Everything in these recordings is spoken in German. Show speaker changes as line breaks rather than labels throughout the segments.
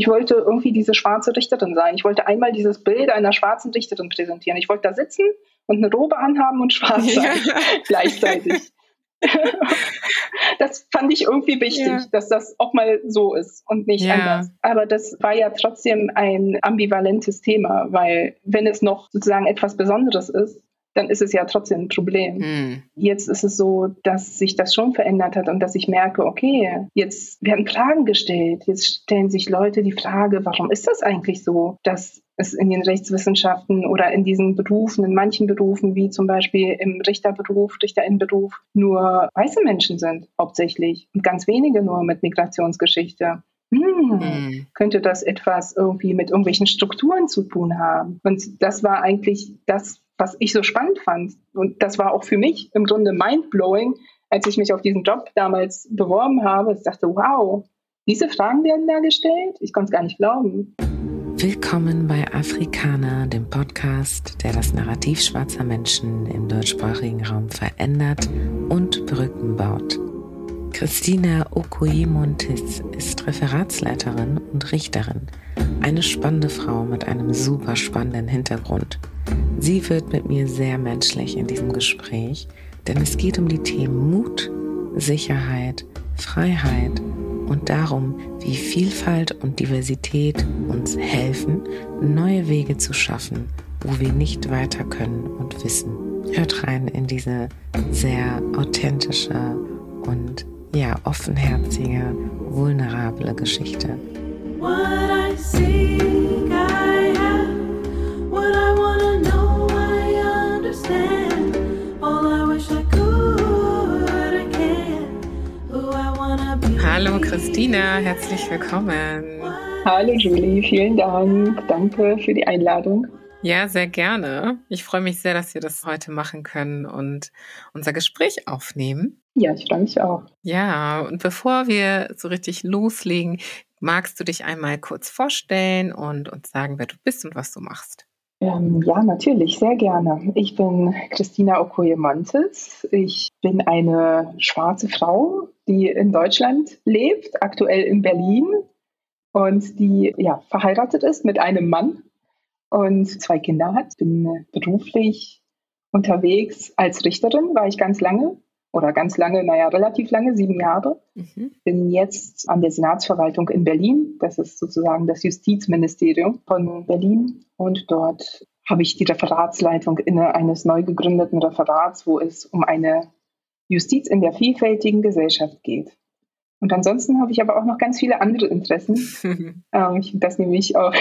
Ich wollte irgendwie diese schwarze Richterin sein. Ich wollte einmal dieses Bild einer schwarzen Richterin präsentieren. Ich wollte da sitzen und eine Robe anhaben und schwarz sein gleichzeitig. Das fand ich irgendwie wichtig, dass das auch mal so ist und nicht anders. Aber das war ja trotzdem ein ambivalentes Thema, weil wenn es noch sozusagen etwas Besonderes ist, dann ist es ja trotzdem ein Problem. Jetzt ist es so, dass sich das schon verändert hat und dass ich merke, okay, jetzt werden Fragen gestellt. Jetzt stellen sich Leute die Frage, warum ist das eigentlich so, dass es in den Rechtswissenschaften oder in diesen Berufen, in manchen Berufen, wie zum Beispiel im Richterberuf, Richterinnenberuf, nur weiße Menschen sind, hauptsächlich. Und ganz wenige nur mit Migrationsgeschichte. Könnte das etwas irgendwie mit irgendwelchen Strukturen zu tun haben? Und das war eigentlich das, was ich so spannend fand. Und das war auch für mich im Grunde mindblowing, als ich mich auf diesen Job damals beworben habe. Ich dachte, wow, diese Fragen werden da gestellt? Ich konnte es gar nicht glauben.
Willkommen bei Afrikaner, dem Podcast, der das Narrativ schwarzer Menschen im deutschsprachigen Raum verändert und Brücken baut. Christina Okoye-Montis ist Referatsleiterin und Richterin, eine spannende Frau mit einem super spannenden Hintergrund. Sie wird mit mir sehr menschlich in diesem Gespräch, denn es geht um die Themen Mut, Sicherheit, Freiheit und darum, wie Vielfalt und Diversität uns helfen, neue Wege zu schaffen, wo wir nicht weiter können und wissen. Hört rein in diese sehr authentische und offenherzige, vulnerable Geschichte. What I seek, I have. What I wanna know, I understand. All I wish I could, I can. Who I wanna be. Hallo Christina, herzlich willkommen.
Hallo Julie, vielen Dank. Danke für die Einladung.
Ja, sehr gerne. Ich freue mich sehr, dass wir das heute machen können und unser Gespräch aufnehmen.
Ja, ich freue mich auch.
Ja, und bevor wir so richtig loslegen, magst du dich einmal kurz vorstellen und uns sagen, wer du bist und was du machst?
Ja, natürlich, sehr gerne. Ich bin Christina Okoye-Montis. Ich bin eine schwarze Frau, die in Deutschland lebt, aktuell in Berlin und die verheiratet ist mit einem Mann und 2 Kinder hat. Bin beruflich unterwegs als Richterin, war ich relativ lange, 7 Jahre. Bin jetzt an der Senatsverwaltung in Berlin. Das ist sozusagen das Justizministerium von Berlin. Und dort habe ich die Referatsleitung inne eines neu gegründeten Referats, wo es um eine Justiz in der vielfältigen Gesellschaft geht. Und ansonsten habe ich aber auch noch ganz viele andere Interessen. Ich finde das nämlich auch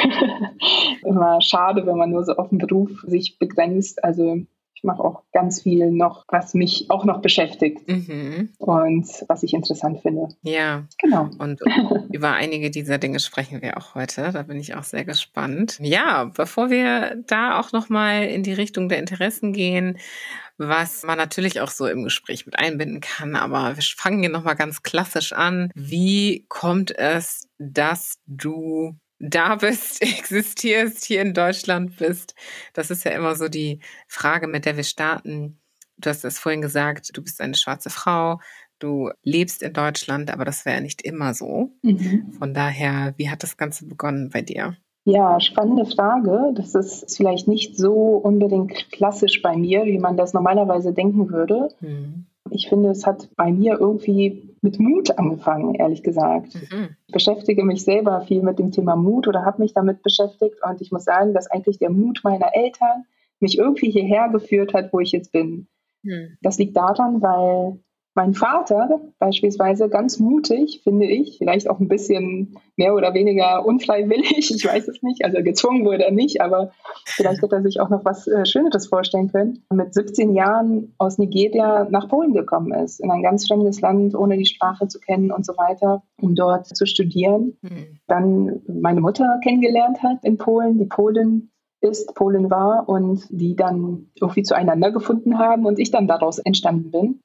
immer schade, wenn man nur so auf den Beruf sich begrenzt. Also ich mache auch ganz viel noch, was mich auch noch beschäftigt und was ich interessant finde.
Ja,
genau.
Und über einige dieser Dinge sprechen wir auch heute. Da bin ich auch sehr gespannt. Ja, bevor wir da auch nochmal in die Richtung der Interessen gehen, was man natürlich auch so im Gespräch mit einbinden kann, aber wir fangen hier nochmal ganz klassisch an. Wie kommt es, dass du da bist, existierst, hier in Deutschland bist? Das ist ja immer so die Frage, mit der wir starten. Du hast es vorhin gesagt, du bist eine schwarze Frau, du lebst in Deutschland, aber das wäre ja nicht immer so. Von daher, wie hat das Ganze begonnen bei dir?
Ja, spannende Frage. Das ist vielleicht nicht so unbedingt klassisch bei mir, wie man das normalerweise denken würde. Ich finde, es hat bei mir irgendwie mit Mut angefangen, ehrlich gesagt. Ich beschäftige mich selber viel mit dem Thema Mut oder habe mich damit beschäftigt. Und ich muss sagen, dass eigentlich der Mut meiner Eltern mich irgendwie hierher geführt hat, wo ich jetzt bin. Das liegt daran, weil mein Vater beispielsweise ganz mutig, finde ich, vielleicht auch ein bisschen mehr oder weniger unfreiwillig, ich weiß es nicht, also gezwungen wurde er nicht, aber vielleicht hätte er sich auch noch was Schöneres vorstellen können, mit 17 Jahren aus Nigeria nach Polen gekommen ist, in ein ganz fremdes Land, ohne die Sprache zu kennen und so weiter, um dort zu studieren. Dann meine Mutter kennengelernt hat in Polen, die Polin war und die dann irgendwie zueinander gefunden haben und ich dann daraus entstanden bin.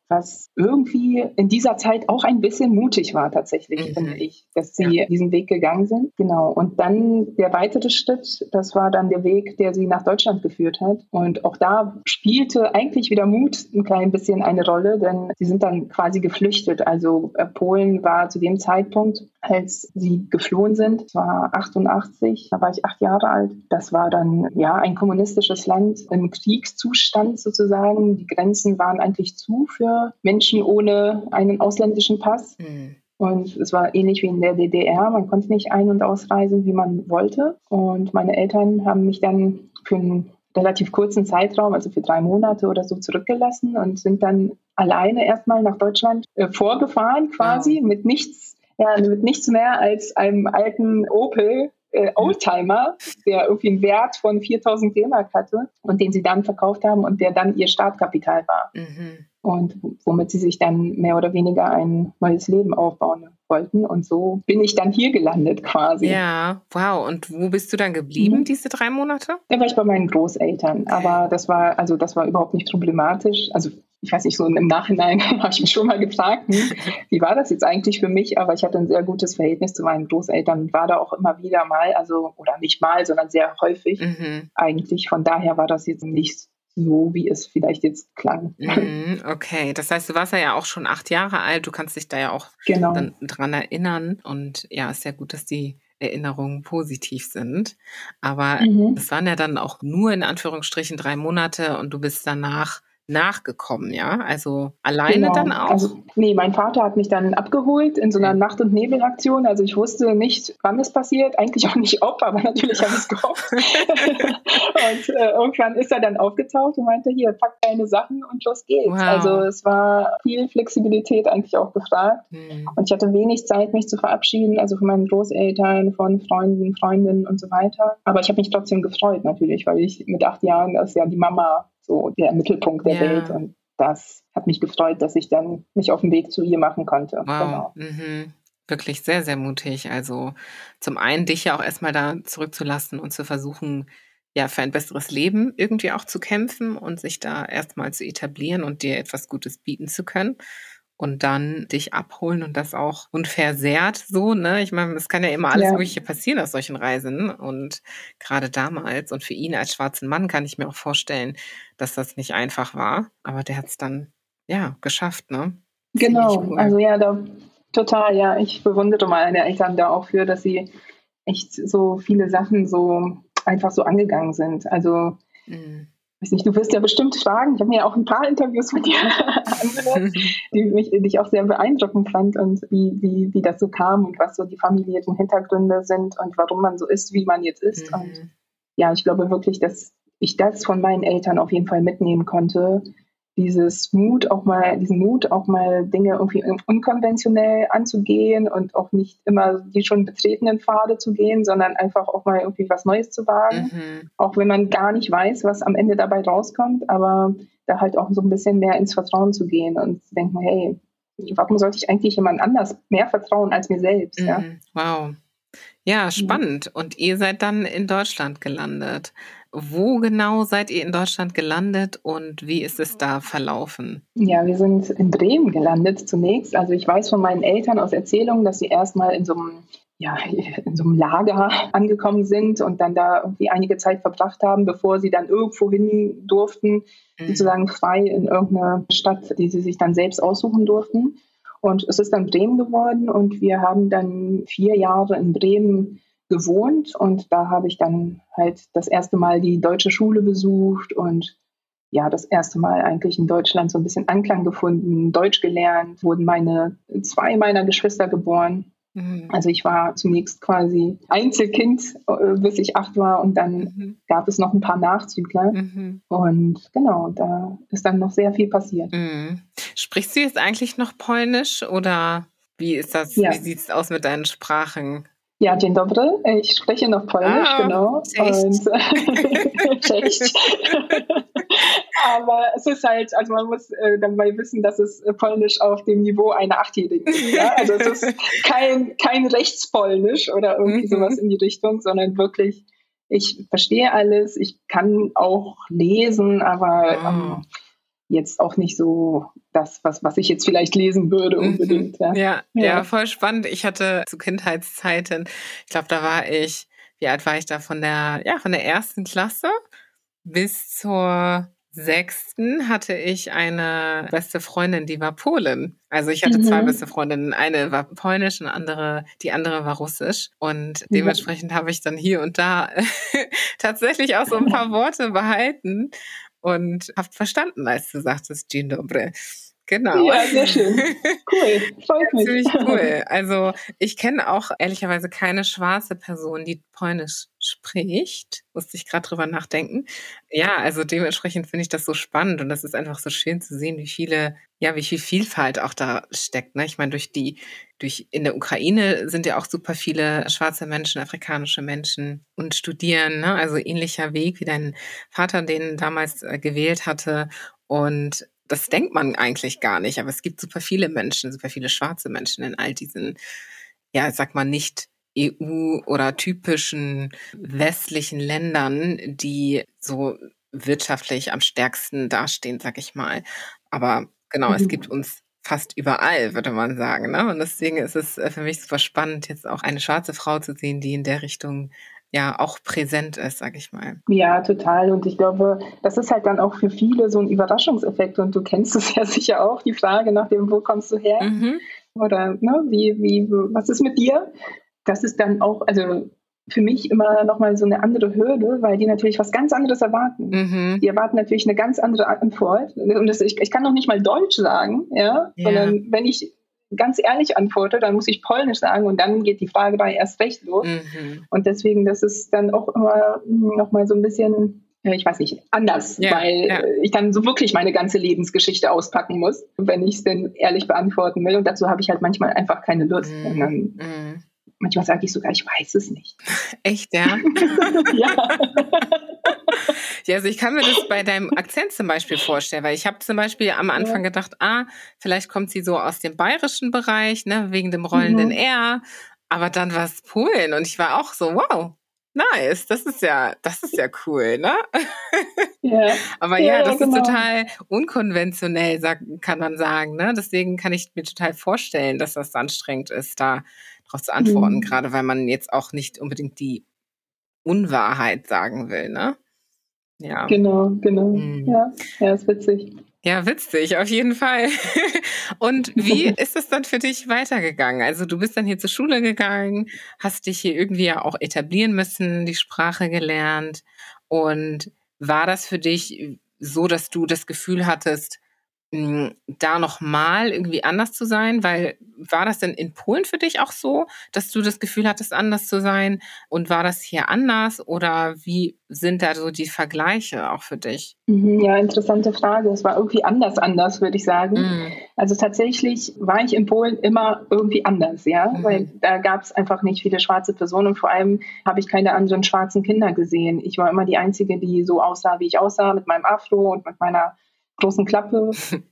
was irgendwie in dieser Zeit auch ein bisschen mutig war tatsächlich, finde ich, dass sie diesen Weg gegangen sind. Genau. Und dann der weitere Schritt, das war dann der Weg, der sie nach Deutschland geführt hat. Und auch da spielte eigentlich wieder Mut ein klein bisschen eine Rolle, denn sie sind dann quasi geflüchtet. Also Polen war zu dem Zeitpunkt, als sie geflohen sind, das war 88, da war ich 8 Jahre alt. Das war dann ein kommunistisches Land im Kriegszustand sozusagen. Die Grenzen waren eigentlich zu für Menschen ohne einen ausländischen Pass. Und es war ähnlich wie in der DDR. Man konnte nicht ein- und ausreisen, wie man wollte. Und meine Eltern haben mich dann für einen relativ kurzen Zeitraum, also für 3 Monate oder so, zurückgelassen und sind dann alleine erstmal nach Deutschland vorgefahren quasi mit nichts mehr als einem alten Opel Oldtimer, der irgendwie einen Wert von 4.000 D-Mark hatte und den sie dann verkauft haben und der dann ihr Startkapital war. Und womit sie sich dann mehr oder weniger ein neues Leben aufbauen wollten. Und so bin ich dann hier gelandet quasi.
Ja, wow. Und wo bist du dann geblieben, diese 3 Monate?
Da war ich bei meinen Großeltern. Okay. Aber das war überhaupt nicht problematisch. Also ich weiß nicht, so im Nachhinein habe ich mich schon mal gefragt, wie war das jetzt eigentlich für mich? Aber ich hatte ein sehr gutes Verhältnis zu meinen Großeltern und war da auch immer wieder mal, oder nicht mal, sondern sehr häufig eigentlich. Von daher war das jetzt nicht so, wie es vielleicht jetzt klang.
Okay, das heißt, du warst ja auch schon 8 Jahre alt, du kannst dich da ja auch dann dran erinnern und ja, ist ja gut, dass die Erinnerungen positiv sind, aber es waren ja dann auch nur in Anführungsstrichen 3 Monate und du bist danach nachgekommen, ja? Also alleine dann auch?
Also, nee, mein Vater hat mich dann abgeholt in so einer Nacht- und Nebelaktion. Also ich wusste nicht, wann es passiert, eigentlich auch nicht ob, aber natürlich habe ich es gehofft. Und irgendwann ist er dann aufgetaucht und meinte, hier, pack deine Sachen und los geht's. Wow. Also es war viel Flexibilität eigentlich auch gefragt. Und ich hatte wenig Zeit, mich zu verabschieden, also von meinen Großeltern, von Freunden, Freundinnen und so weiter. Aber ich habe mich trotzdem gefreut natürlich, weil ich mit 8 Jahren, das ist ja die Mama, so der Mittelpunkt der Welt. Und das hat mich gefreut, dass ich dann mich auf den Weg zu ihr machen konnte.
Wow. Genau. Wirklich sehr, sehr mutig. Also zum einen dich ja auch erstmal da zurückzulassen und zu versuchen, ja, für ein besseres Leben irgendwie auch zu kämpfen und sich da erstmal zu etablieren und dir etwas Gutes bieten zu können. Und dann dich abholen und das auch unversehrt so, ne? Ich meine, es kann ja immer alles Mögliche passieren aus solchen Reisen. Und gerade damals und für ihn als schwarzen Mann kann ich mir auch vorstellen, dass das nicht einfach war. Aber der hat es dann, geschafft, ne?
Genau, cool. Also total, ich bewundere meine Eltern da auch für, dass sie echt so viele Sachen so einfach so angegangen sind. Also weiß nicht, du wirst ja bestimmt fragen, ich habe mir auch ein paar Interviews mit dir angehört, die ich auch sehr beeindruckend fand und wie das so kam und was so die familiären Hintergründe sind und warum man so ist, wie man jetzt ist. Und ja, ich glaube wirklich, dass ich das von meinen Eltern auf jeden Fall mitnehmen konnte, diesen Mut auch mal Dinge irgendwie unkonventionell anzugehen und auch nicht immer die schon betretenen Pfade zu gehen, sondern einfach auch mal irgendwie was Neues zu wagen. Auch wenn man gar nicht weiß, was am Ende dabei rauskommt, aber da halt auch so ein bisschen mehr ins Vertrauen zu gehen und zu denken, hey, warum sollte ich eigentlich jemand anders mehr vertrauen als mir selbst? Ja?
Wow. Ja, spannend. Und ihr seid dann in Deutschland gelandet. Wo genau seid ihr in Deutschland gelandet und wie ist es da verlaufen?
Ja, wir sind in Bremen gelandet zunächst. Also ich weiß von meinen Eltern aus Erzählungen, dass sie erstmal in so einem Lager angekommen sind und dann da irgendwie einige Zeit verbracht haben, bevor sie dann irgendwo hin durften, sozusagen frei in irgendeine Stadt, die sie sich dann selbst aussuchen durften. Und es ist dann Bremen geworden und wir haben dann 4 Jahre in Bremen gewohnt und da habe ich dann halt das erste Mal die deutsche Schule besucht und ja, das erste Mal eigentlich in Deutschland so ein bisschen Anklang gefunden, Deutsch gelernt, wurden 2 meiner Geschwister geboren. Also ich war zunächst quasi Einzelkind, bis ich 8 war und dann gab es noch ein paar Nachzügler und genau, da ist dann noch sehr viel passiert.
Sprichst du jetzt eigentlich noch Polnisch oder wie ist das? Ja. Wie sieht es aus mit deinen Sprachen?
Ja, dzień dobry. Ich spreche noch Polnisch, genau.
Cześć.
Und Cześć. Aber es ist halt, also man muss dabei wissen, dass es Polnisch auf dem Niveau einer 8-Jährigen ist. Ja? Also es ist kein Rechtspolnisch oder irgendwie sowas in die Richtung, sondern wirklich, ich verstehe alles, ich kann auch lesen, aber jetzt auch nicht so das, was ich jetzt vielleicht lesen würde unbedingt.
Ja, voll spannend. Ich hatte zu Kindheitszeiten, ich glaube, wie alt war ich da? Von der 1. Klasse bis zur 6. hatte ich eine beste Freundin, die war Polin. Also ich hatte 2 beste Freundinnen. Eine war polnisch und die andere war russisch. Und dementsprechend habe ich dann hier und da tatsächlich auch so ein paar Worte behalten und habe verstanden, als du sagtest, Dzień dobry. Genau.
Ja, sehr schön. Cool, freut mich.
Ziemlich cool. Also ich kenne auch ehrlicherweise keine schwarze Person, die Polnisch spricht. Musste ich gerade drüber nachdenken. Ja, also dementsprechend finde ich das so spannend und das ist einfach so schön zu sehen, wie viel Vielfalt auch da steckt. Ne? Ich meine, in der Ukraine sind ja auch super viele schwarze Menschen, afrikanische Menschen und studieren. Ne? Also ähnlicher Weg, wie dein Vater den damals gewählt hatte. Und das denkt man eigentlich gar nicht, aber es gibt super viele Menschen, super viele schwarze Menschen in all diesen, sag mal, nicht EU- oder typischen westlichen Ländern, die so wirtschaftlich am stärksten dastehen, sag ich mal. Aber genau, es gibt uns fast überall, würde man sagen. Ne? Und deswegen ist es für mich super spannend, jetzt auch eine schwarze Frau zu sehen, die in der Richtung auch präsent ist, sag ich mal.
Ja, total. Und ich glaube, das ist halt dann auch für viele so ein Überraschungseffekt. Und du kennst es ja sicher auch, die Frage nach dem, wo kommst du her? Oder was ist mit dir? Das ist dann auch, also für mich immer nochmal so eine andere Hürde, weil die natürlich was ganz anderes erwarten. Die erwarten natürlich eine ganz andere Antwort. Und ich kann noch nicht mal Deutsch sagen, sondern wenn ich ganz ehrlich antworte, dann muss ich Polnisch sagen und dann geht die Fragerei erst recht los. Und deswegen, das ist dann auch immer nochmal so ein bisschen, ich weiß nicht, anders, weil ich dann so wirklich meine ganze Lebensgeschichte auspacken muss, wenn ich es denn ehrlich beantworten will. Und dazu habe ich halt manchmal einfach keine Lust. Und dann manchmal sage ich sogar, ich weiß es nicht.
Echt, ja?
Ja.
Ja, also ich kann mir das bei deinem Akzent zum Beispiel vorstellen, weil ich habe zum Beispiel am Anfang gedacht, vielleicht kommt sie so aus dem bayerischen Bereich, ne, wegen dem rollenden R, aber dann war es Polen und ich war auch so, wow, nice, das ist ja cool, ne?
Ja.
Aber das ist total unkonventionell, kann man sagen, ne? Deswegen kann ich mir total vorstellen, dass das anstrengend ist, da drauf zu antworten, gerade weil man jetzt auch nicht unbedingt die Unwahrheit sagen will, ne? Ja.
Genau. Ja, ist witzig.
Ja, witzig, auf jeden Fall. Und wie ist es dann für dich weitergegangen? Also du bist dann hier zur Schule gegangen, hast dich hier irgendwie ja auch etablieren müssen, die Sprache gelernt. Und war das für dich so, dass du das Gefühl hattest, da nochmal irgendwie anders zu sein? Weil war das denn in Polen für dich auch so, dass du das Gefühl hattest, anders zu sein? Und war das hier anders? Oder wie sind da so die Vergleiche auch für dich?
Ja, interessante Frage. Es war irgendwie anders, würde ich sagen. Also tatsächlich war ich in Polen immer irgendwie anders, weil da gab es einfach nicht viele schwarze Personen und vor allem habe ich keine anderen schwarzen Kinder gesehen. Ich war immer die Einzige, die so aussah, wie ich aussah, mit meinem Afro und mit meiner großen Klappe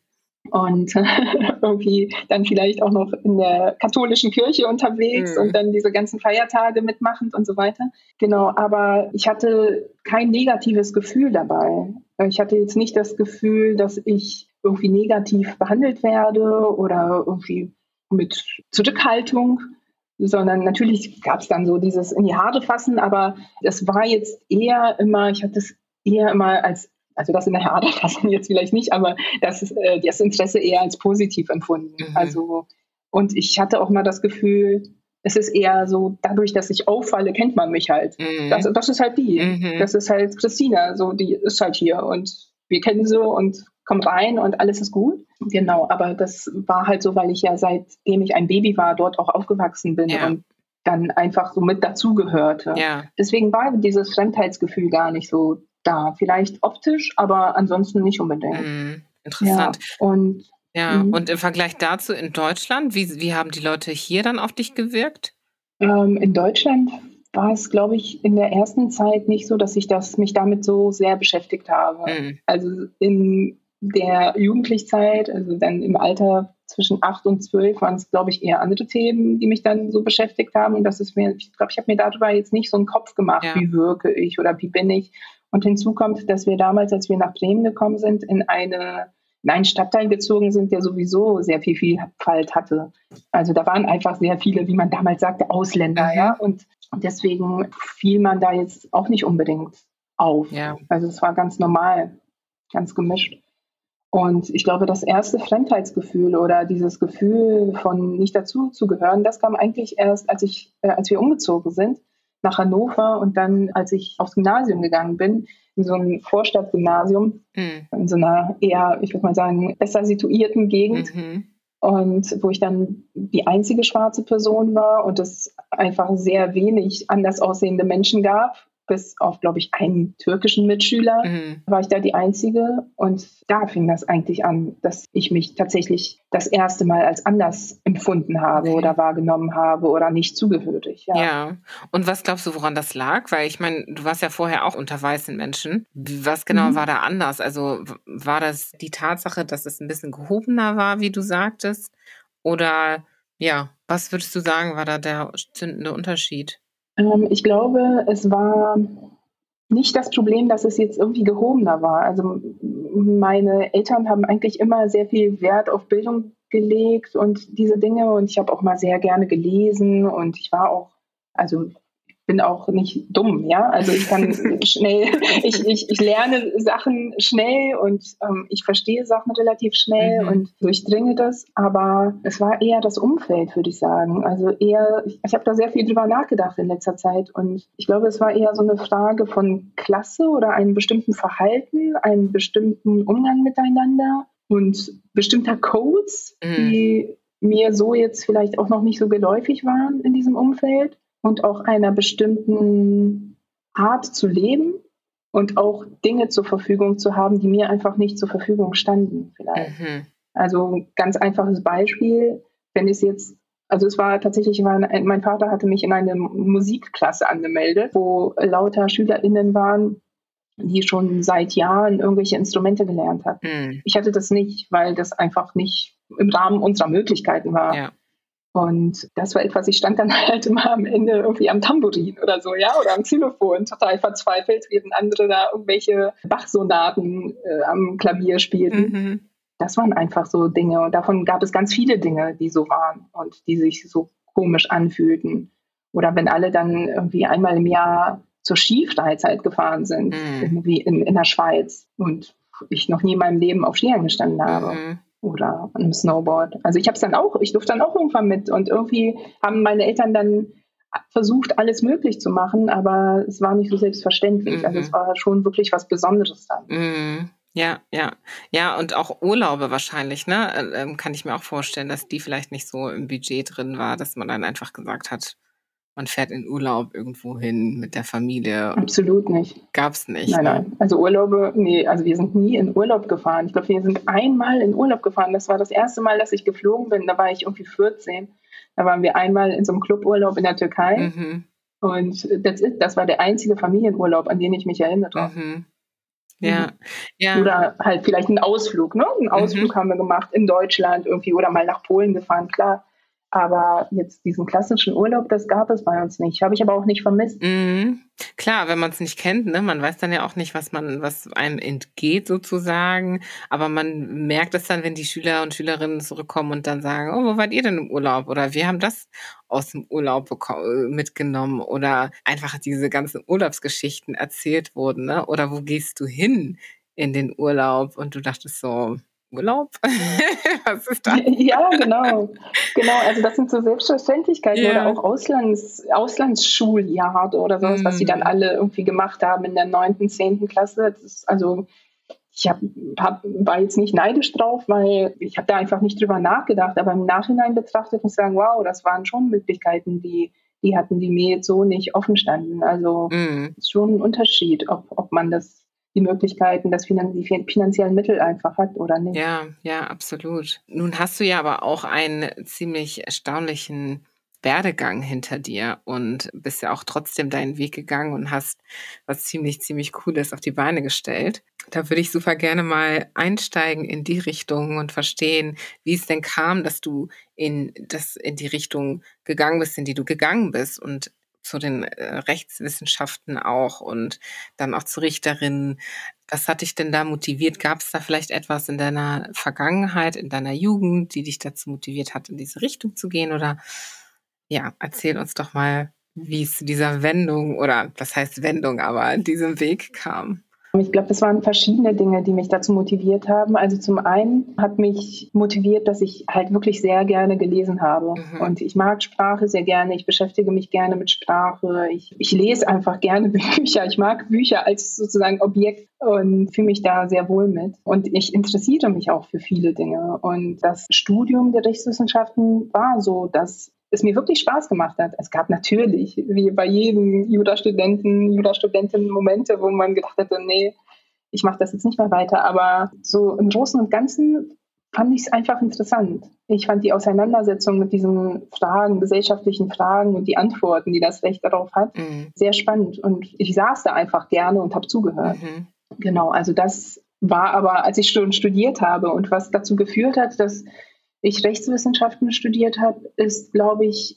und irgendwie dann vielleicht auch noch in der katholischen Kirche unterwegs und dann diese ganzen Feiertage mitmachend und so weiter. Genau, aber ich hatte kein negatives Gefühl dabei. Ich hatte jetzt nicht das Gefühl, dass ich irgendwie negativ behandelt werde oder irgendwie mit Zurückhaltung, sondern natürlich gab es dann so dieses in die Haare fassen, aber das war jetzt eher immer, ich hatte es eher immer also das in der Haare fassen jetzt vielleicht nicht, aber das Interesse eher als positiv empfunden. Also, und ich hatte auch mal das Gefühl, es ist eher so, dadurch, dass ich auffalle, kennt man mich halt. Das ist halt die. Das ist halt Christina, so, die ist halt hier und wir kennen sie und kommt rein und alles ist gut. Genau, aber das war halt so, weil ich ja seitdem ich ein Baby war, dort auch aufgewachsen bin und dann einfach so mit dazugehörte.
Ja.
Deswegen war dieses Fremdheitsgefühl gar nicht so da. Vielleicht optisch, aber ansonsten nicht unbedingt.
Interessant.
Ja, und
im Vergleich dazu in Deutschland, wie haben die Leute hier dann auf dich gewirkt?
In Deutschland war es, glaube ich, in der ersten Zeit nicht so, dass ich mich damit so sehr beschäftigt habe. Also in der Jugendlichzeit, also dann im Alter zwischen 8 und 12, waren es, glaube ich, eher andere Themen, die mich dann so beschäftigt haben. Und ich glaube, ich habe mir darüber jetzt nicht so einen Kopf gemacht, wie wirke ich oder wie bin ich. Und hinzu kommt, dass wir damals, als wir nach Bremen gekommen sind, in eine in einen Stadtteil gezogen sind, der sowieso sehr viel Vielfalt hatte. Also da waren einfach sehr viele, wie man damals sagte, Ausländer, ja. Und deswegen fiel man da jetzt auch nicht unbedingt auf. Ja. Also es war ganz normal, ganz gemischt. Und ich glaube, das erste Fremdheitsgefühl oder dieses Gefühl von nicht dazu zu gehören, das kam eigentlich erst, als wir umgezogen sind nach Hannover und dann, als ich aufs Gymnasium gegangen bin, in so einem Vorstadtgymnasium, in so einer eher, ich würde mal sagen, besser situierten Gegend. Und wo ich dann die einzige schwarze Person war und es einfach sehr wenig anders aussehende Menschen gab. Bis auf, glaube ich, einen türkischen Mitschüler war ich da die Einzige. Und da fing das eigentlich an, dass ich mich tatsächlich das erste Mal als anders empfunden habe oder wahrgenommen habe oder nicht zugehörig.
Ja. Und was glaubst du, woran das lag? Weil ich meine, du warst ja vorher auch unter weißen Menschen. Was genau war da anders? Also war das die Tatsache, dass es ein bisschen gehobener war, wie du sagtest? Oder ja, was würdest du sagen, war da der zündende Unterschied?
Ich glaube, es war nicht das Problem, dass es jetzt irgendwie gehobener war. Also meine Eltern haben eigentlich immer sehr viel Wert auf Bildung gelegt und diese Dinge. Und ich habe auch mal sehr gerne gelesen und ich war auch, also bin auch nicht dumm, ja. Also ich kann schnell, ich lerne Sachen schnell und ich verstehe Sachen relativ schnell und durchdringe das. Aber es war eher das Umfeld, würde ich sagen. Also eher, ich habe da sehr viel drüber nachgedacht in letzter Zeit und ich glaube, es war eher so eine Frage von Klasse oder einem bestimmten Verhalten, einem bestimmten Umgang miteinander und bestimmter Codes, die mir so jetzt vielleicht auch noch nicht so geläufig waren in diesem Umfeld. Und auch einer bestimmten Art zu leben und auch Dinge zur Verfügung zu haben, die mir einfach nicht zur Verfügung standen vielleicht. Also ganz einfaches Beispiel, wenn es jetzt, also es war tatsächlich, mein Vater hatte mich in eine Musikklasse angemeldet, wo lauter SchülerInnen waren, die schon seit Jahren irgendwelche Instrumente gelernt hatten. Ich hatte das nicht, weil das einfach nicht im Rahmen unserer Möglichkeiten war. Ja. Und das war etwas, ich stand dann halt immer am Ende irgendwie am Tambourin oder so, ja, oder am Xylophon, total verzweifelt, während andere da irgendwelche Bach-Sonaten am Klavier spielten. Das waren einfach so Dinge und davon gab es ganz viele Dinge, die so waren und die sich so komisch anfühlten. Oder wenn alle dann irgendwie einmal im Jahr zur Skifreizeit gefahren sind, irgendwie in der Schweiz und ich noch nie in meinem Leben auf Skiern gestanden habe. Oder einem Snowboard. Also ich durfte dann auch irgendwann mit und irgendwie haben meine Eltern dann versucht, alles möglich zu machen, aber es war nicht so selbstverständlich. Also es war schon wirklich was Besonderes dann.
Ja, und auch Urlaube wahrscheinlich, ne? Kann ich mir auch vorstellen, dass die vielleicht nicht so im Budget drin war, dass man dann einfach gesagt hat, man fährt in Urlaub irgendwo hin mit der Familie.
Absolut nicht.
Gab's nicht.
Nein. Also Urlaube, also wir sind nie in Urlaub gefahren. Ich glaube, wir sind einmal in Urlaub gefahren. Das war das erste Mal, dass ich geflogen bin. Da war ich irgendwie 14. Da waren wir einmal in so einem Cluburlaub in der Türkei. Und das war der einzige Familienurlaub, an den ich mich erinnere.
Ja.
Oder halt vielleicht ein Ausflug, ne? Einen Ausflug haben wir gemacht in Deutschland irgendwie oder mal nach Polen gefahren, klar. Aber jetzt diesen klassischen Urlaub, das gab es bei uns nicht. Habe ich aber auch nicht vermisst.
Klar, wenn man es nicht kennt, ne, man weiß dann ja auch nicht, was einem entgeht sozusagen. Aber man merkt es dann, wenn die Schüler und Schülerinnen zurückkommen und dann sagen, oh, wo wart ihr denn im Urlaub? Oder wir haben das aus dem Urlaub mitgenommen. Oder einfach diese ganzen Urlaubsgeschichten erzählt wurden, ne? Oder wo gehst du hin in den Urlaub? Und du dachtest so, Urlaub? Was ist das?
Ja, genau. Also das sind so Selbstverständlichkeiten oder auch Auslandsschuljahr oder sowas, was sie dann alle irgendwie gemacht haben in der 9., 10. Klasse. Ich war jetzt nicht neidisch drauf, weil ich habe da einfach nicht drüber nachgedacht, aber im Nachhinein betrachtet muss ich sagen, wow, das waren schon Möglichkeiten, die hatten, die mir jetzt so nicht offen standen. Also ist schon ein Unterschied, ob man die Möglichkeiten, die finanziellen Mittel einfach hat oder nicht.
Ja, absolut. Nun hast du ja aber auch einen ziemlich erstaunlichen Werdegang hinter dir und bist ja auch trotzdem deinen Weg gegangen und hast was ziemlich, ziemlich Cooles auf die Beine gestellt. Da würde ich super gerne mal einsteigen in die Richtung und verstehen, wie es denn kam, dass du in die Richtung gegangen bist, in die du gegangen bist und zu den Rechtswissenschaften auch und dann auch zur Richterin. Was hat dich denn da motiviert? Gab es da vielleicht etwas in deiner Vergangenheit, in deiner Jugend, die dich dazu motiviert hat, in diese Richtung zu gehen? Oder ja, erzähl uns doch mal, wie es zu dieser Wendung oder was heißt Wendung, aber diesem Weg kam.
Ich glaube, es waren verschiedene Dinge, die mich dazu motiviert haben. Also zum einen hat mich motiviert, dass ich halt wirklich sehr gerne gelesen habe. Und ich mag Sprache sehr gerne. Ich beschäftige mich gerne mit Sprache. Ich lese einfach gerne Bücher. Ich mag Bücher als sozusagen Objekt und fühle mich da sehr wohl mit. Und ich interessiere mich auch für viele Dinge. Und das Studium der Rechtswissenschaften war so, dass es mir wirklich Spaß gemacht hat. Es gab natürlich, wie bei jedem Jurastudenten Momente, wo man gedacht hätte, nee, ich mache das jetzt nicht mehr weiter. Aber so im Großen und Ganzen fand ich es einfach interessant. Ich fand die Auseinandersetzung mit diesen Fragen, gesellschaftlichen Fragen und die Antworten, die das Recht darauf hat, sehr spannend. Und ich saß da einfach gerne und habe zugehört. Genau, also das war aber, als ich schon studiert habe und was dazu geführt hat, dass ich Rechtswissenschaften studiert habe, ist, glaube ich,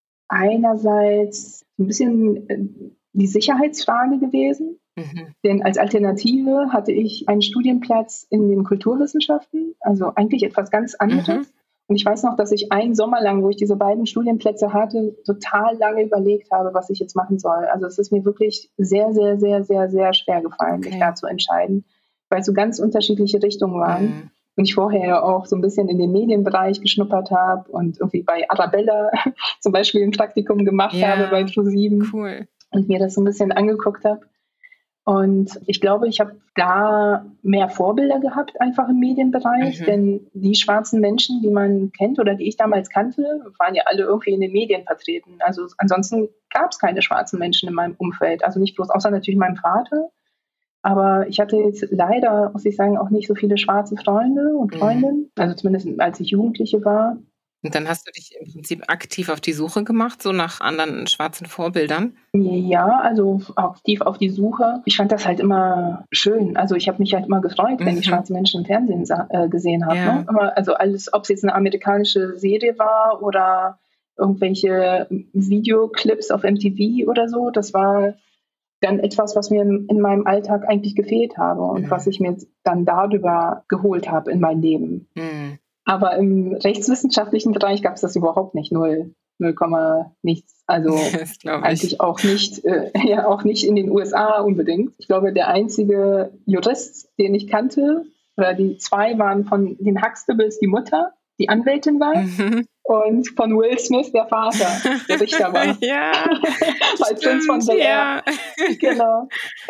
einerseits ein bisschen die Sicherheitsfrage gewesen. Denn als Alternative hatte ich einen Studienplatz in den Kulturwissenschaften, also eigentlich etwas ganz anderes. Und ich weiß noch, dass ich einen Sommer lang, wo ich diese beiden Studienplätze hatte, total lange überlegt habe, was ich jetzt machen soll. Also es ist mir wirklich sehr, sehr, sehr, sehr, sehr schwer gefallen, mich da zu entscheiden, weil es so ganz unterschiedliche Richtungen waren. Und ich vorher ja auch so ein bisschen in den Medienbereich geschnuppert habe und irgendwie bei Arabella zum Beispiel ein Praktikum gemacht habe bei ProSieben.
Cool.
Und mir das so ein bisschen angeguckt habe. Und ich glaube, ich habe da mehr Vorbilder gehabt, einfach im Medienbereich, denn die schwarzen Menschen, die man kennt oder die ich damals kannte, waren ja alle irgendwie in den Medien vertreten. Also ansonsten gab es keine schwarzen Menschen in meinem Umfeld, also nicht bloß, außer natürlich meinem Vater. Aber ich hatte jetzt leider, muss ich sagen, auch nicht so viele schwarze Freunde und Freundinnen, also zumindest als ich Jugendliche war.
Und dann hast du dich im Prinzip aktiv auf die Suche gemacht, so nach anderen schwarzen Vorbildern?
Ja, also aktiv auf die Suche. Ich fand das halt immer schön. Also ich habe mich halt immer gefreut, wenn ich schwarze Menschen im Fernsehen gesehen habe. Ne? Also alles, ob es jetzt eine amerikanische Serie war oder irgendwelche Videoclips auf MTV oder so, das war dann etwas, was mir in meinem Alltag eigentlich gefehlt habe und was ich mir dann darüber geholt habe in mein Leben. Aber im rechtswissenschaftlichen Bereich gab es das überhaupt nicht, 0, nichts. Also eigentlich auch nicht, auch nicht in den USA unbedingt. Ich glaube, der einzige Jurist, den ich kannte, oder die zwei waren von den Huxtables die Mutter, die Anwältin war, und von Will Smith der Vater, der Richter war.
Ja,
bei Prince von Bel-Air. Genau.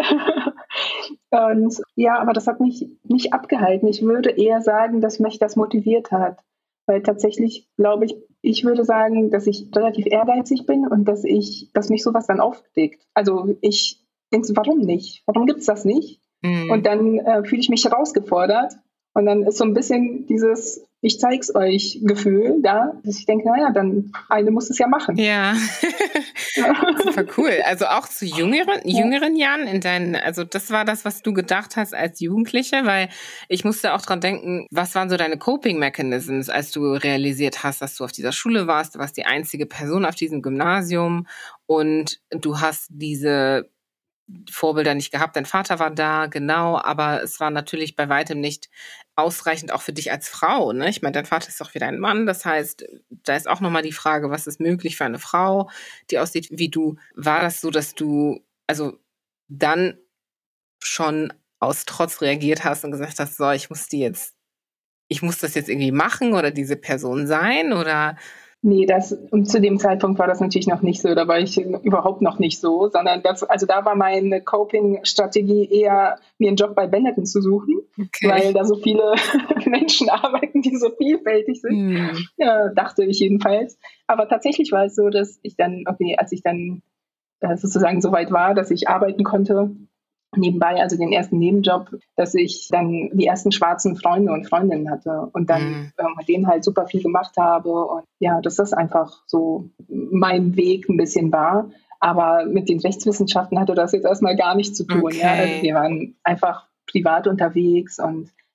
Und ja, aber das hat mich nicht abgehalten. Ich würde eher sagen, dass mich das motiviert hat. Weil tatsächlich, glaube ich, ich würde sagen, dass ich relativ ehrgeizig bin und dass mich sowas dann aufregt. Also ich denke, warum nicht? Warum gibt es das nicht? Und dann fühle ich mich herausgefordert. Und dann ist so ein bisschen dieses Ich zeig's euch Gefühl da, dass ich denke, naja, dann eine muss es ja machen.
Ja, super cool. Also auch zu jüngeren Jahren also das war das, was du gedacht hast als Jugendliche, weil ich musste auch dran denken, was waren so deine Coping Mechanisms, als du realisiert hast, dass du auf dieser Schule warst, du warst die einzige Person auf diesem Gymnasium und du hast diese Vorbilder nicht gehabt. Dein Vater war da, genau, aber es war natürlich bei weitem nicht ausreichend auch für dich als Frau. Ne? Ich meine, dein Vater ist auch wieder ein Mann, das heißt, da ist auch nochmal die Frage, was ist möglich für eine Frau, die aussieht wie du. War das so, dass du also dann schon aus Trotz reagiert hast und gesagt hast, so, ich muss das jetzt irgendwie machen oder diese Person sein oder...
Nee, zu dem Zeitpunkt war das natürlich noch nicht so, da war ich überhaupt noch nicht so, sondern da war meine Coping-Strategie eher, mir einen Job bei Benetton zu suchen, weil da so viele Menschen arbeiten, die so vielfältig sind, dachte ich jedenfalls. Aber tatsächlich war es so, dass ich dann, als ich dann sozusagen so weit war, dass ich arbeiten konnte, nebenbei, also den ersten Nebenjob, dass ich dann die ersten schwarzen Freunde und Freundinnen hatte und dann mit denen halt super viel gemacht habe und ja, dass das einfach so mein Weg ein bisschen war. Aber mit den Rechtswissenschaften hatte das jetzt erstmal gar nichts zu tun. Ja? Also wir waren einfach privat unterwegs und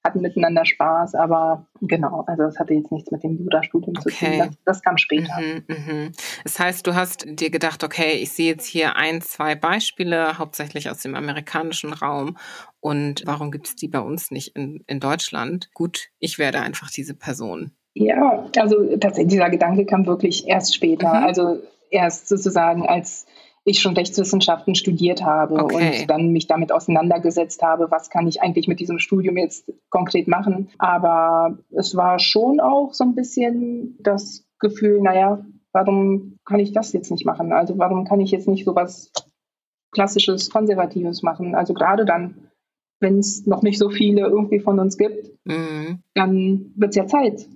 hatten miteinander Spaß, aber genau, also das hatte jetzt nichts mit dem Jurastudium zu tun. Das kam später.
Das heißt, du hast dir gedacht, okay, ich sehe jetzt hier 1, 2 Beispiele, hauptsächlich aus dem amerikanischen Raum, und warum gibt es die bei uns nicht in Deutschland? Gut, ich werde einfach diese Person.
Ja, also tatsächlich, dieser Gedanke kam wirklich erst später, also erst sozusagen, als ich schon Rechtswissenschaften studiert habe und dann mich damit auseinandergesetzt habe, was kann ich eigentlich mit diesem Studium jetzt konkret machen. Aber es war schon auch so ein bisschen das Gefühl, naja, warum kann ich das jetzt nicht machen? Also warum kann ich jetzt nicht so was Klassisches, Konservatives machen? Also gerade dann, wenn es noch nicht so viele irgendwie von uns gibt, dann wird es ja Zeit.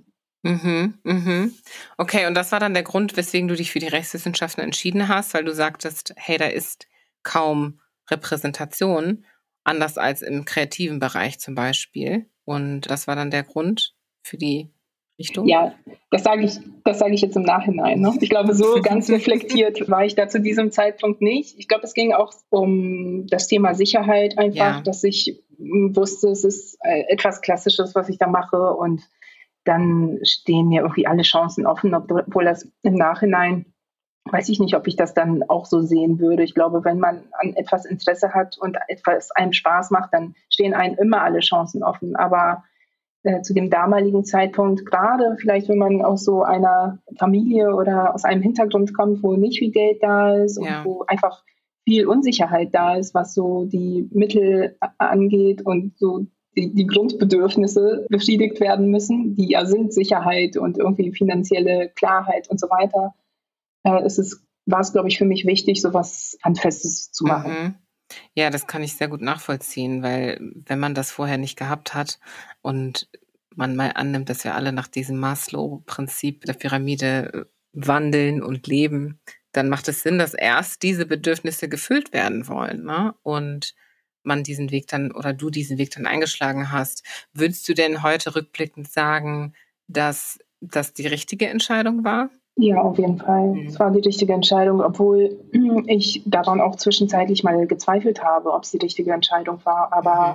Okay, und das war dann der Grund, weswegen du dich für die Rechtswissenschaften entschieden hast, weil du sagtest, hey, da ist kaum Repräsentation, anders als im kreativen Bereich zum Beispiel. Und das war dann der Grund für die Richtung?
Ja, das sage ich jetzt im Nachhinein. Ne? Ich glaube, so ganz reflektiert war ich da zu diesem Zeitpunkt nicht. Ich glaube, es ging auch um das Thema Sicherheit einfach, dass ich wusste, es ist etwas Klassisches, was ich da mache, und dann stehen mir irgendwie alle Chancen offen, obwohl das im Nachhinein, weiß ich nicht, ob ich das dann auch so sehen würde. Ich glaube, wenn man an etwas Interesse hat und etwas einem Spaß macht, dann stehen einem immer alle Chancen offen. Aber zu dem damaligen Zeitpunkt, gerade vielleicht, wenn man aus so einer Familie oder aus einem Hintergrund kommt, wo nicht viel Geld da ist und wo einfach viel Unsicherheit da ist, was so die Mittel angeht und so die Grundbedürfnisse befriedigt werden müssen, die ja sind Sicherheit und irgendwie finanzielle Klarheit und so weiter, war es, glaube ich, für mich wichtig, so was Handfestes zu machen.
Ja, das kann ich sehr gut nachvollziehen, weil wenn man das vorher nicht gehabt hat und man mal annimmt, dass wir alle nach diesem Maslow-Prinzip der Pyramide wandeln und leben, dann macht es Sinn, dass erst diese Bedürfnisse gefüllt werden wollen, ne? Und man diesen Weg dann, oder du diesen Weg dann eingeschlagen hast. Würdest du denn heute rückblickend sagen, dass das die richtige Entscheidung war?
Ja, auf jeden Fall. Es war die richtige Entscheidung, obwohl ich daran auch zwischenzeitlich mal gezweifelt habe, ob es die richtige Entscheidung war. Aber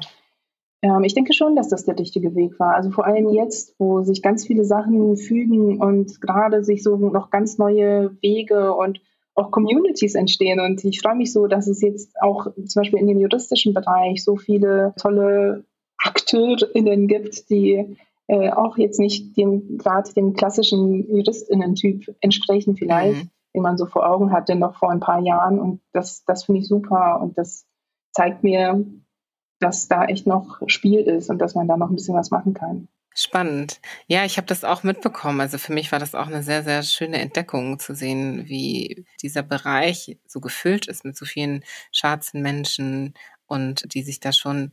ich denke schon, dass das der richtige Weg war. Also vor allem jetzt, wo sich ganz viele Sachen fügen und gerade sich so noch ganz neue Wege und auch Communities entstehen. Und ich freue mich so, dass es jetzt auch zum Beispiel in dem juristischen Bereich so viele tolle AkteurInnen gibt, die auch jetzt nicht gerade dem klassischen JuristInnen-Typ entsprechen vielleicht, den man so vor Augen hatte noch vor ein paar Jahren. Und das finde ich super. Und das zeigt mir, dass da echt noch Spiel ist und dass man da noch ein bisschen was machen kann.
Spannend. Ja, ich habe das auch mitbekommen. Also für mich war das auch eine sehr, sehr schöne Entdeckung zu sehen, wie dieser Bereich so gefüllt ist mit so vielen schwarzen Menschen und die sich da schon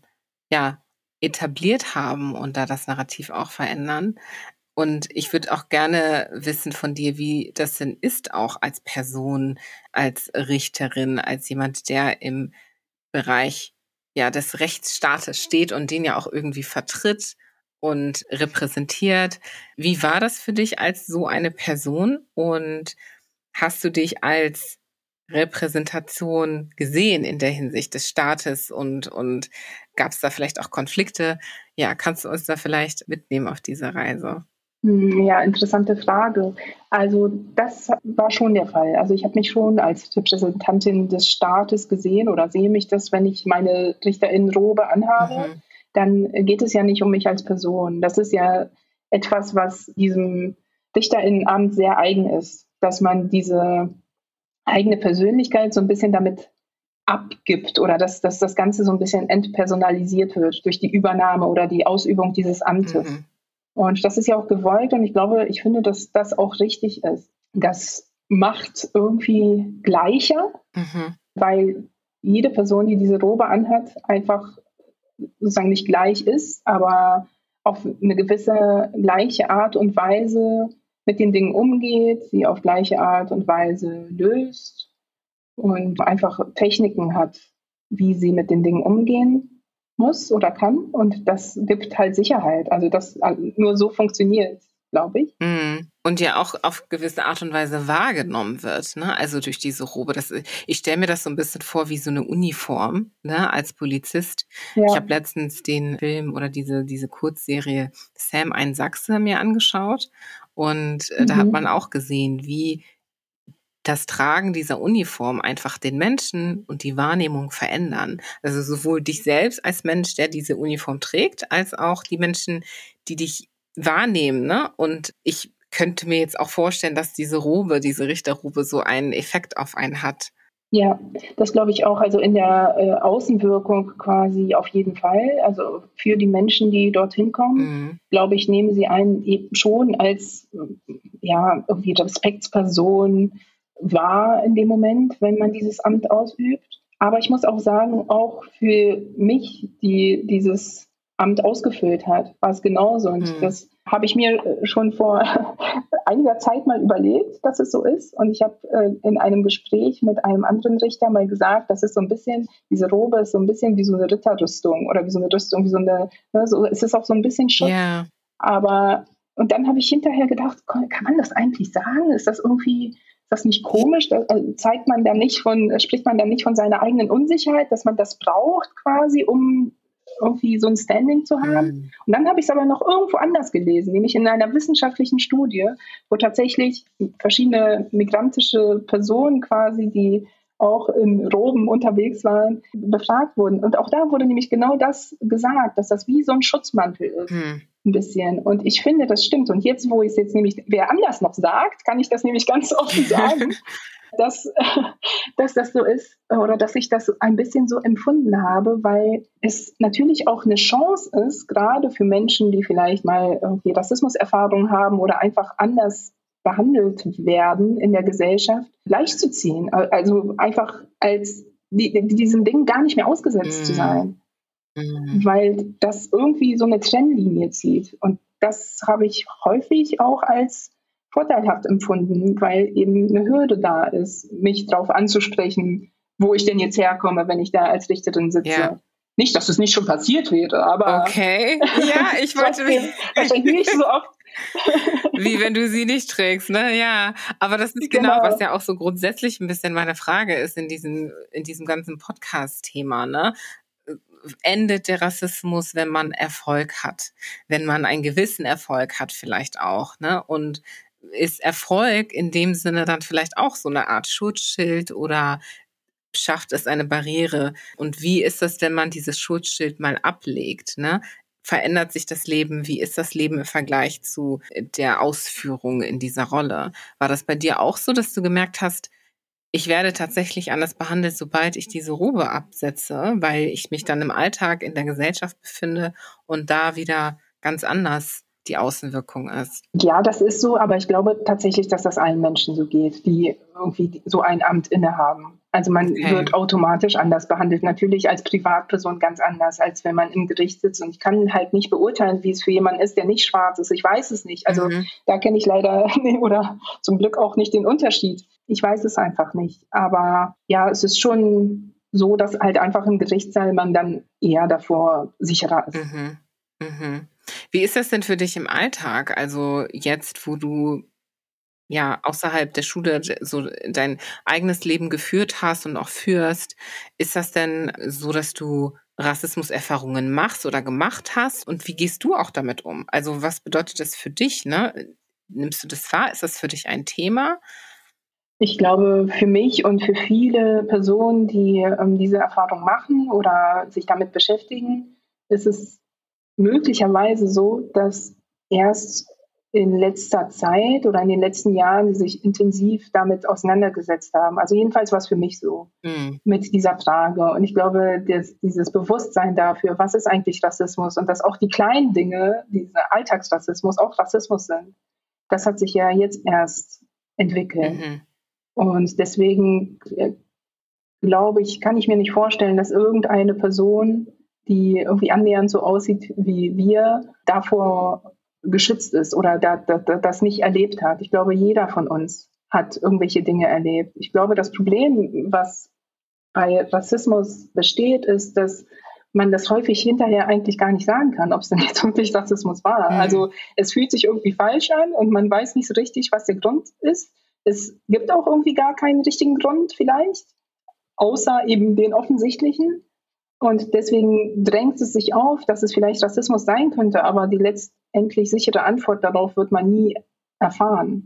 etabliert haben und da das Narrativ auch verändern. Und ich würde auch gerne wissen von dir, wie das denn ist, auch als Person, als Richterin, als jemand, der im Bereich des Rechtsstaates steht und den ja auch irgendwie vertritt und repräsentiert. Wie war das für dich als so eine Person? Und hast du dich als Repräsentation gesehen in der Hinsicht des Staates und gab es da vielleicht auch Konflikte? Ja, kannst du uns da vielleicht mitnehmen auf diese Reise?
Ja, interessante Frage. Also das war schon der Fall. Also ich habe mich schon als Repräsentantin des Staates gesehen oder sehe mich das, wenn ich meine Richterinnenrobe anhabe. Dann geht es ja nicht um mich als Person. Das ist ja etwas, was diesem Richterinnenamt sehr eigen ist, dass man diese eigene Persönlichkeit so ein bisschen damit abgibt oder dass das Ganze so ein bisschen entpersonalisiert wird durch die Übernahme oder die Ausübung dieses Amtes. Und das ist ja auch gewollt und ich finde, dass das auch richtig ist. Das macht irgendwie gleicher, weil jede Person, die diese Robe anhat, einfach sozusagen nicht gleich ist, aber auf eine gewisse gleiche Art und Weise mit den Dingen umgeht, sie auf gleiche Art und Weise löst und einfach Techniken hat, wie sie mit den Dingen umgehen muss oder kann. Und das gibt halt Sicherheit. Also das nur so funktioniert, glaube ich.
Und ja auch auf gewisse Art und Weise wahrgenommen wird, ne? Also durch diese Robe. Ich stelle mir das so ein bisschen vor wie so eine Uniform, ne? Als Polizist.
Ja.
Ich habe letztens den Film oder diese Kurzserie Sam ein Sachse mir angeschaut und da hat man auch gesehen, wie das Tragen dieser Uniform einfach den Menschen und die Wahrnehmung verändern. Also sowohl dich selbst als Mensch, der diese Uniform trägt, als auch die Menschen, die dich wahrnehmen, ne? Und ich könnte mir jetzt auch vorstellen, dass diese Richterrobe so einen Effekt auf einen hat.
Ja, das glaube ich auch. Also in der Außenwirkung quasi auf jeden Fall. Also für die Menschen, die dorthin kommen, glaube ich, nehmen sie einen eben schon als irgendwie Respektsperson wahr in dem Moment, wenn man dieses Amt ausübt. Aber ich muss auch sagen, auch für mich, die dieses Amt ausgefüllt hat, war es genauso. Und das habe ich mir schon vor einiger Zeit mal überlegt, dass es so ist. Und ich habe in einem Gespräch mit einem anderen Richter mal gesagt, das ist so ein bisschen, diese Robe ist so ein bisschen wie so eine Ritterrüstung oder wie so eine Rüstung, wie so eine, ne, so, es ist auch so ein bisschen Schutz.
Yeah.
Aber, und dann habe ich hinterher gedacht, kann man das eigentlich sagen? Ist das nicht komisch? Spricht man dann nicht von seiner eigenen Unsicherheit, dass man das braucht quasi, um irgendwie so ein Standing zu haben. Und dann habe ich es aber noch irgendwo anders gelesen, nämlich in einer wissenschaftlichen Studie, wo tatsächlich verschiedene migrantische Personen quasi, die auch in Roben unterwegs waren, befragt wurden. Und auch da wurde nämlich genau das gesagt, dass das wie so ein Schutzmantel ist. Ein bisschen. Und ich finde, das stimmt. Und jetzt, wo ich es jetzt nämlich wer anders noch sagt, kann ich das nämlich ganz offen sagen, dass das so ist oder dass ich das ein bisschen so empfunden habe, weil es natürlich auch eine Chance ist, gerade für Menschen, die vielleicht mal irgendwie Rassismuserfahrungen haben oder einfach anders behandelt werden in der Gesellschaft, gleichzuziehen. Also einfach als diesem Ding gar nicht mehr ausgesetzt zu sein. Weil das irgendwie so eine Trennlinie zieht. Und das habe ich häufig auch als vorteilhaft empfunden, weil eben eine Hürde da ist, mich darauf anzusprechen, wo ich denn jetzt herkomme, wenn ich da als Richterin sitze. Ja. Nicht, dass es nicht schon passiert wäre, aber...
Okay, ja, ich wollte...
wahrscheinlich nicht so oft.
Wie wenn du sie nicht trägst, ne? Ja, aber das ist genau, was ja auch so grundsätzlich ein bisschen meine Frage ist in diesem ganzen Podcast-Thema, ne? Endet der Rassismus, wenn man Erfolg hat, wenn man einen gewissen Erfolg hat vielleicht auch, ne? Und ist Erfolg in dem Sinne dann vielleicht auch so eine Art Schutzschild oder schafft es eine Barriere? Und wie ist das, wenn man dieses Schutzschild mal ablegt, ne? Verändert sich das Leben? Wie ist das Leben im Vergleich zu der Ausführung in dieser Rolle? War das bei dir auch so, dass du gemerkt hast, ich werde tatsächlich anders behandelt, sobald ich diese Robe absetze, weil ich mich dann im Alltag in der Gesellschaft befinde und da wieder ganz anders die Außenwirkung ist?
Ja, das ist so, aber ich glaube tatsächlich, dass das allen Menschen so geht, die irgendwie so ein Amt innehaben. Also man wird automatisch anders behandelt, natürlich als Privatperson ganz anders, als wenn man im Gericht sitzt. Und ich kann halt nicht beurteilen, wie es für jemanden ist, der nicht schwarz ist. Ich weiß es nicht. Also da kenne ich leider oder zum Glück auch nicht den Unterschied. Ich weiß es einfach nicht. Aber ja, es ist schon so, dass halt einfach im Gerichtssaal man dann eher davor sicherer ist.
Wie ist das denn für dich im Alltag? Also jetzt, wo du ja außerhalb der Schule so dein eigenes Leben geführt hast und auch führst, ist das denn so, dass du Rassismuserfahrungen machst oder gemacht hast? Und wie gehst du auch damit um? Also was bedeutet das für dich, ne? Nimmst du das wahr? Ist das für dich ein Thema?
Ich glaube, für mich und für viele Personen, die diese Erfahrung machen oder sich damit beschäftigen, ist es möglicherweise so, dass erst in letzter Zeit oder in den letzten Jahren sie sich intensiv damit auseinandergesetzt haben. Also jedenfalls war es für mich so mit dieser Frage. Und ich glaube, dieses Bewusstsein dafür, was ist eigentlich Rassismus und dass auch die kleinen Dinge, dieser Alltagsrassismus auch Rassismus sind, das hat sich ja jetzt erst entwickelt. Und deswegen glaube ich, kann ich mir nicht vorstellen, dass irgendeine Person, die irgendwie annähernd so aussieht wie wir, davor geschützt ist oder das nicht erlebt hat. Ich glaube, jeder von uns hat irgendwelche Dinge erlebt. Ich glaube, das Problem, was bei Rassismus besteht, ist, dass man das häufig hinterher eigentlich gar nicht sagen kann, ob es denn jetzt wirklich Rassismus war. Also es fühlt sich irgendwie falsch an und man weiß nicht so richtig, was der Grund ist. Es gibt auch irgendwie gar keinen richtigen Grund vielleicht, außer eben den offensichtlichen. Und deswegen drängt es sich auf, dass es vielleicht Rassismus sein könnte, aber die letztendlich sichere Antwort darauf wird man nie erfahren.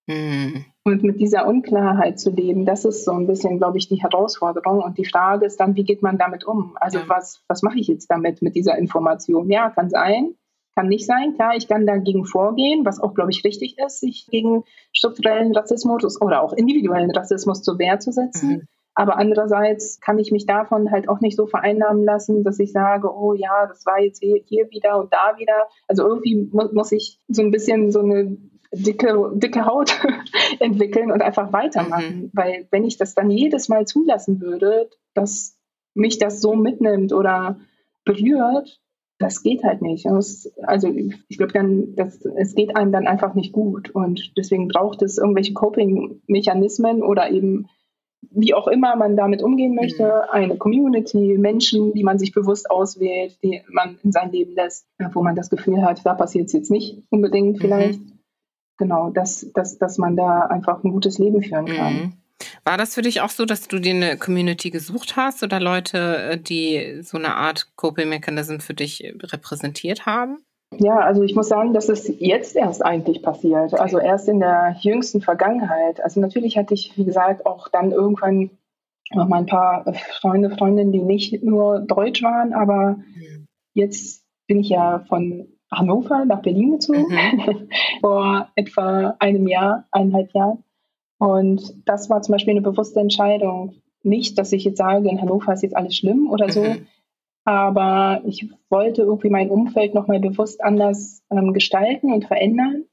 Und mit dieser Unklarheit zu leben, das ist so ein bisschen, glaube ich, die Herausforderung. Und die Frage ist dann, wie geht man damit um? Also was mache ich jetzt damit, mit dieser Information? Ja, kann sein, kann nicht sein. Klar, ich kann dagegen vorgehen, was auch, glaube ich, richtig ist, sich gegen strukturellen Rassismus oder auch individuellen Rassismus zur Wehr zu setzen. Aber andererseits kann ich mich davon halt auch nicht so vereinnahmen lassen, dass ich sage, oh ja, das war jetzt hier wieder und da wieder. Also irgendwie muss ich so ein bisschen so eine dicke Haut entwickeln und einfach weitermachen. Weil wenn ich das dann jedes Mal zulassen würde, dass mich das so mitnimmt oder berührt, das geht halt nicht. Also ich glaube dann, es geht einem dann einfach nicht gut. Und deswegen braucht es irgendwelche Coping-Mechanismen oder eben, wie auch immer man damit umgehen möchte, eine Community, Menschen, die man sich bewusst auswählt, die man in sein Leben lässt, wo man das Gefühl hat, da passiert es jetzt nicht unbedingt vielleicht. Genau, dass man da einfach ein gutes Leben führen kann.
War das für dich auch so, dass du dir eine Community gesucht hast oder Leute, die so eine Art Coping-Mechanism für dich repräsentiert haben?
Ja, also ich muss sagen, das ist jetzt erst eigentlich passiert, also erst in der jüngsten Vergangenheit. Also natürlich hatte ich, wie gesagt, auch dann irgendwann noch mal ein paar Freundinnen, die nicht nur deutsch waren, aber jetzt bin ich ja von Hannover nach Berlin gezogen, vor etwa 1,5 Jahren. Und das war zum Beispiel eine bewusste Entscheidung. Nicht, dass ich jetzt sage, in Hannover ist jetzt alles schlimm oder so, aber ich wollte irgendwie mein Umfeld nochmal bewusst anders gestalten und verändern.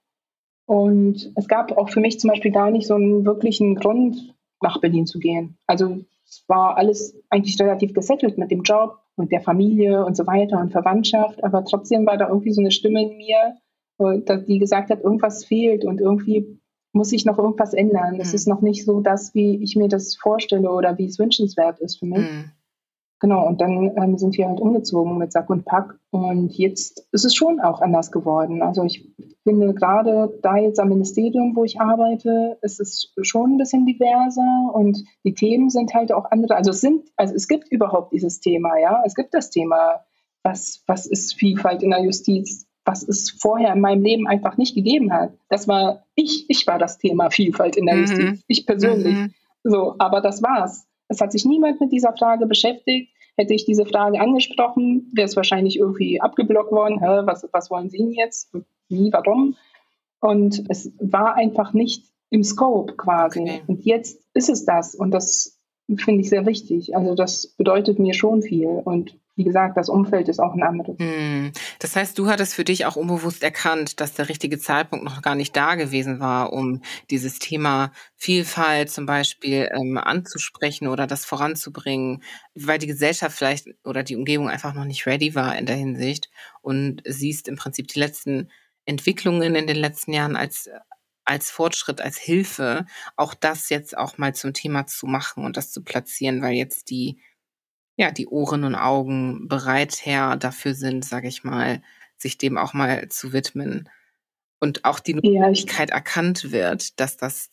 Und es gab auch für mich zum Beispiel gar nicht so einen wirklichen Grund, nach Berlin zu gehen. Also es war alles eigentlich relativ gesettelt mit dem Job und der Familie und so weiter und Verwandtschaft. Aber trotzdem war da irgendwie so eine Stimme in mir, die gesagt hat, irgendwas fehlt und irgendwie muss ich noch irgendwas ändern. Es ist noch nicht so das, wie ich mir das vorstelle oder wie es wünschenswert ist für mich. Genau, und dann sind wir halt umgezogen mit Sack und Pack. Und jetzt ist es schon auch anders geworden. Also ich finde gerade da jetzt am Ministerium, wo ich arbeite, ist es schon ein bisschen diverser und die Themen sind halt auch andere. Also es gibt überhaupt dieses Thema, ja. Es gibt das Thema, was ist Vielfalt in der Justiz, was es vorher in meinem Leben einfach nicht gegeben hat. Das war ich war das Thema Vielfalt in der Justiz. Ich persönlich. So, aber das war's. Es hat sich niemand mit dieser Frage beschäftigt. Hätte ich diese Frage angesprochen, wäre es wahrscheinlich irgendwie abgeblockt worden. Was wollen Sie denn jetzt? Wie, warum? Und es war einfach nicht im Scope quasi. Okay. Und jetzt ist es das. Und das finde ich sehr wichtig. Also das bedeutet mir schon viel. Und wie gesagt, das Umfeld ist auch ein anderes.
Das heißt, du hattest für dich auch unbewusst erkannt, dass der richtige Zeitpunkt noch gar nicht da gewesen war, um dieses Thema Vielfalt zum Beispiel anzusprechen oder das voranzubringen, weil die Gesellschaft vielleicht oder die Umgebung einfach noch nicht ready war in der Hinsicht und siehst im Prinzip die letzten Entwicklungen in den letzten Jahren als Fortschritt, als Hilfe, auch das jetzt auch mal zum Thema zu machen und das zu platzieren, weil jetzt die Ohren und Augen bereit dafür sind, sage ich mal, sich dem auch mal zu widmen. Und auch die Notwendigkeit erkannt wird, dass das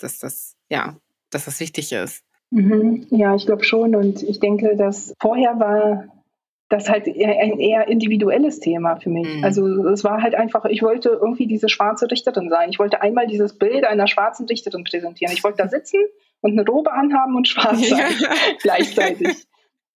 wichtig ist.
Ja, ich glaube schon. Und ich denke, dass vorher war das halt ein eher individuelles Thema für mich. Also es war halt einfach, ich wollte irgendwie diese schwarze Richterin sein. Ich wollte einmal dieses Bild einer schwarzen Richterin präsentieren. Ich wollte da sitzen und eine Robe anhaben und schwarz sein gleichzeitig.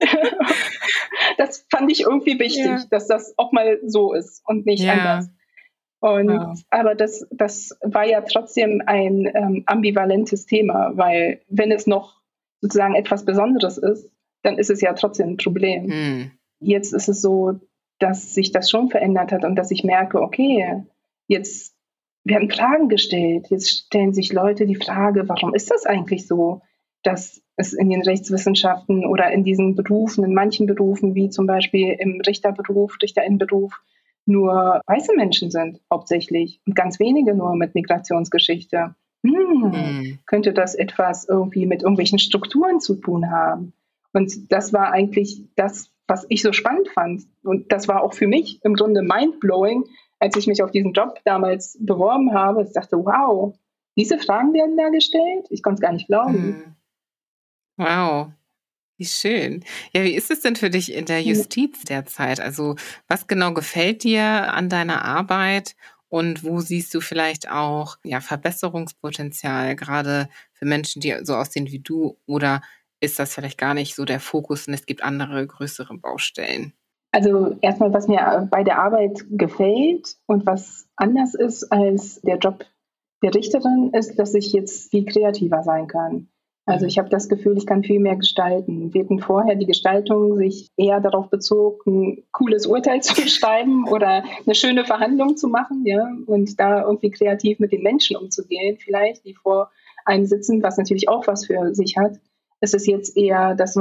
Das fand ich irgendwie wichtig, dass das auch mal so ist und nicht anders. Und aber das war ja trotzdem ein ambivalentes Thema, weil wenn es noch sozusagen etwas Besonderes ist, dann ist es ja trotzdem ein Problem. Jetzt ist es so, dass sich das schon verändert hat und dass ich merke, okay, jetzt werden Fragen gestellt. Jetzt stellen sich Leute die Frage, warum ist das eigentlich so, dass es in den Rechtswissenschaften oder in diesen Berufen, in manchen Berufen, wie zum Beispiel im Richterinnenberuf, nur weiße Menschen sind, hauptsächlich. Und ganz wenige nur mit Migrationsgeschichte. Könnte das etwas irgendwie mit irgendwelchen Strukturen zu tun haben? Und das war eigentlich das, was ich so spannend fand, und das war auch für mich im Grunde mindblowing, als ich mich auf diesen Job damals beworben habe. Ich dachte, wow, diese Fragen werden da gestellt? Ich konnte es gar nicht glauben.
Wow. Wie schön. Ja, wie ist es denn für dich in der Justiz derzeit? Also, was genau gefällt dir an deiner Arbeit und wo siehst du vielleicht auch Verbesserungspotenzial, gerade für Menschen, die so aussehen wie du, oder ist das vielleicht gar nicht so der Fokus und es gibt andere, größere Baustellen?
Also erstmal, was mir bei der Arbeit gefällt und was anders ist als der Job der Richterin, ist, dass ich jetzt viel kreativer sein kann. Also ich habe das Gefühl, ich kann viel mehr gestalten. Während vorher die Gestaltung sich eher darauf bezog, ein cooles Urteil zu schreiben oder eine schöne Verhandlung zu machen, ja, und da irgendwie kreativ mit den Menschen umzugehen, vielleicht, die vor einem sitzen, was natürlich auch was für sich hat. Es ist jetzt eher, dass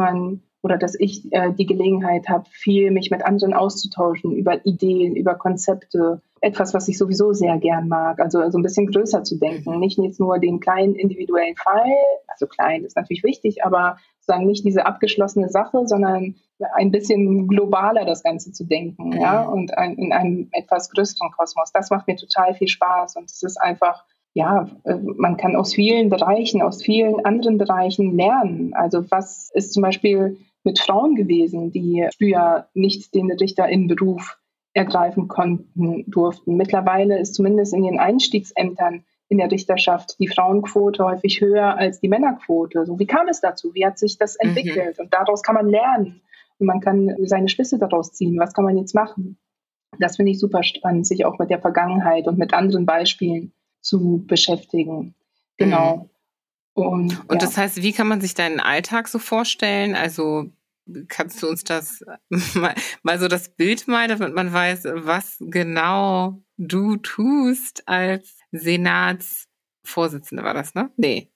ich die Gelegenheit habe, viel mich mit anderen auszutauschen über Ideen, über Konzepte. Etwas, was ich sowieso sehr gern mag. Also so ein bisschen größer zu denken. Nicht jetzt nur den kleinen individuellen Fall. Also klein ist natürlich wichtig, aber sozusagen nicht diese abgeschlossene Sache, sondern ein bisschen globaler das Ganze zu denken, ja, und in einem etwas größeren Kosmos. Das macht mir total viel Spaß und es ist einfach, ja, man kann aus vielen Bereichen, aus vielen anderen Bereichen lernen. Also was ist zum Beispiel mit Frauen gewesen, die früher nicht den RichterInnenberuf ergreifen durften. Mittlerweile ist zumindest in den Einstiegsämtern in der Richterschaft die Frauenquote häufig höher als die Männerquote. So, wie kam es dazu? Wie hat sich das entwickelt? Und daraus kann man lernen. Und man kann seine Schlüsse daraus ziehen. Was kann man jetzt machen? Das finde ich super spannend, sich auch mit der Vergangenheit und mit anderen Beispielen zu beschäftigen. Genau. Und
das heißt, wie kann man sich deinen Alltag so vorstellen? Also kannst du uns das mal so das Bild malen, damit man weiß, was genau du tust als Senatsvorsitzende, war das, ne? Nee.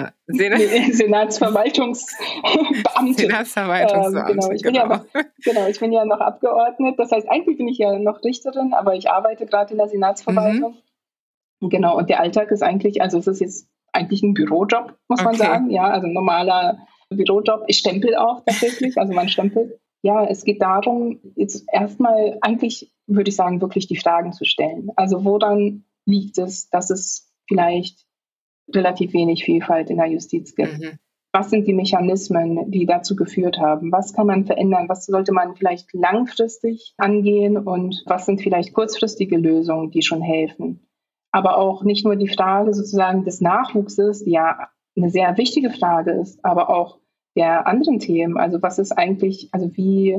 Senatsverwaltungsbeamte.
Senatsverwaltungsbeamte,
Ich bin ja noch Abgeordnet. Das heißt, eigentlich bin ich ja noch Richterin, aber ich arbeite gerade in der Senatsverwaltung. Genau, und der Alltag ist eigentlich, also es ist jetzt eigentlich ein Bürojob, muss man sagen. Ja, also ein normaler Bürojob. Ich stempel auch tatsächlich, also man stempelt. Ja, es geht darum, jetzt erstmal eigentlich, würde ich sagen, wirklich die Fragen zu stellen. Also woran liegt es, dass es vielleicht relativ wenig Vielfalt in der Justiz gibt? Was sind die Mechanismen, die dazu geführt haben? Was kann man verändern? Was sollte man vielleicht langfristig angehen? Und was sind vielleicht kurzfristige Lösungen, die schon helfen? Aber auch nicht nur die Frage sozusagen des Nachwuchses, die ja eine sehr wichtige Frage ist, aber auch der anderen Themen. Also was ist eigentlich, also wie